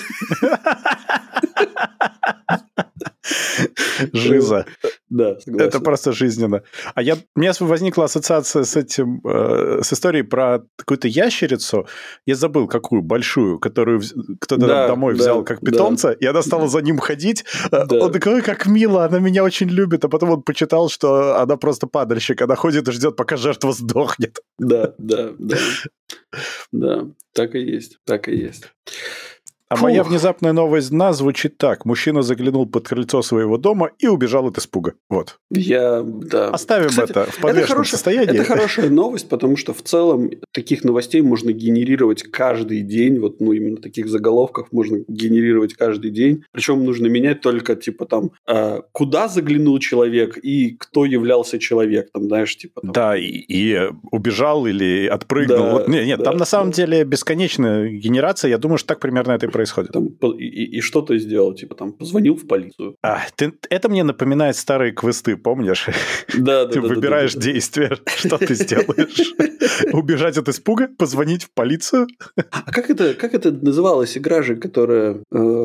Жиза. Да, согласен. Это просто жизненно. А я, у меня возникла ассоциация с этим, э, с историей про какую-то ящерицу. Я забыл, какую, большую, которую кто-то да, домой да, взял как питомца, да. и она стала за ним ходить. Да. Он такой, как мило, она меня очень любит. А потом он почитал, что она просто падальщик. Она ходит и ждет, пока жертва сдохнет. Да, да, да. Да, так и есть, так и есть. А Фух. Моя внезапная новость дна звучит так. Мужчина заглянул под крыльцо своего дома и убежал от испуга. Вот. Я, да. Оставим Кстати, это в подвешенном это хорошая, состоянии. Это хорошая новость, потому что в целом таких новостей можно генерировать каждый день. Вот, ну, именно таких заголовков можно генерировать каждый день. Причем нужно менять только, типа, там, э, куда заглянул человек и кто являлся человеком, знаешь, типа. Там... Да, и, и убежал или отпрыгнул. Да, вот, нет, нет да, там на самом да. деле бесконечная генерация. Я думаю, что так примерно это и происходит. Там, и, и, и что ты сделал? Типа там позвонил в полицию. А, ты, это мне напоминает старые квесты, помнишь? Да, да, Ты да, выбираешь да, да, действие, что ты сделаешь. Убежать от испуга, позвонить в полицию. А как это, как это называлась игра же, которая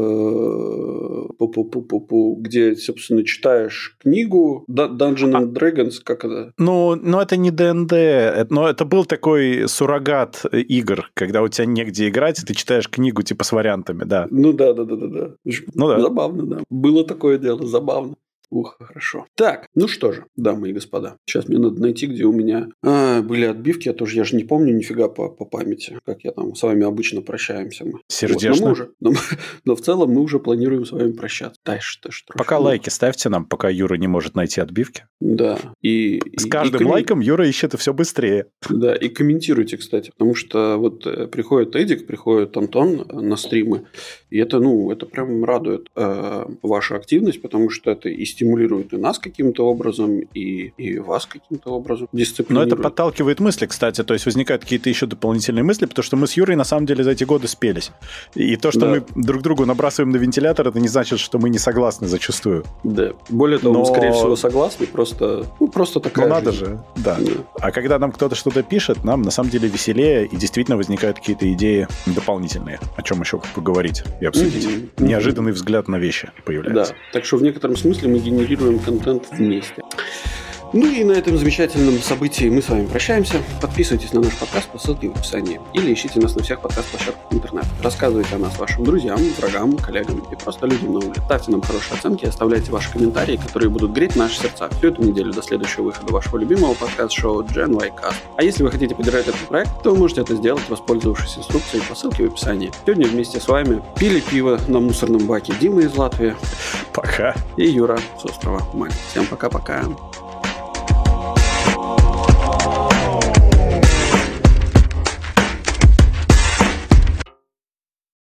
где, собственно, читаешь книгу Dungeons and Dragons, как это? Ну, ну это не ди энд ди, но это был такой суррогат игр, когда у тебя негде играть, и ты читаешь книгу типа с вариантами, да. Ну да, да, да, да, да. Ну, да. Забавно, да. Было такое дело, забавно. Ух, хорошо. Так, ну что же, дамы и господа. Сейчас мне надо найти, где у меня а, были отбивки. А то же я же не помню нифига по, по памяти, как я там с вами обычно прощаемся мы. Сердечно. Вот, но, мы уже, но, но в целом мы уже планируем с вами прощаться. Да, что ж, пока ну. лайки ставьте нам, пока Юра не может найти отбивки. Да. И, с и, каждым и коммен... лайком Юра ищет все быстрее. Да, и комментируйте, кстати, потому что вот приходит Эдик, приходит Антон на стримы, и это, ну, это прям радует э, вашу активность, потому что это и стимулирует и нас каким-то образом, и, и вас каким-то образом дисциплинирует. Но это подталкивает мысли, кстати, то есть возникают какие-то еще дополнительные мысли, потому что мы с Юрой на самом деле за эти годы спелись. И то, что да. мы друг другу набрасываем на вентилятор, это не значит, что мы не согласны зачастую. Да. Более того, Но... мы, скорее всего, согласны, просто, ну, просто такая Ну, надо жизнь. же, да. да. А когда нам кто-то что-то пишет, нам на самом деле веселее, и действительно возникают какие-то идеи дополнительные, о чем еще поговорить и обсудить. Mm-hmm. Неожиданный mm-hmm. взгляд на вещи появляется. Да, так что в некотором смысле мы генерируем контент вместе. Ну и на этом замечательном событии мы с вами прощаемся. Подписывайтесь на наш подкаст по ссылке в описании. Или ищите нас на всех подкаст-площадках интернета. Рассказывайте о нас вашим друзьям, врагам, коллегам и просто людям на улице. Ставьте нам хорошие оценки, оставляйте ваши комментарии, которые будут греть наши сердца всю эту неделю до следующего выхода вашего любимого подкаст-шоу Gen Y Cast. А если вы хотите поддержать этот проект, то вы можете это сделать, воспользовавшись инструкцией по ссылке в описании. Сегодня вместе с вами пили пиво на мусорном баке Дима из Латвии. Пока. И Юра с острова Мальта. Всем пока-пока.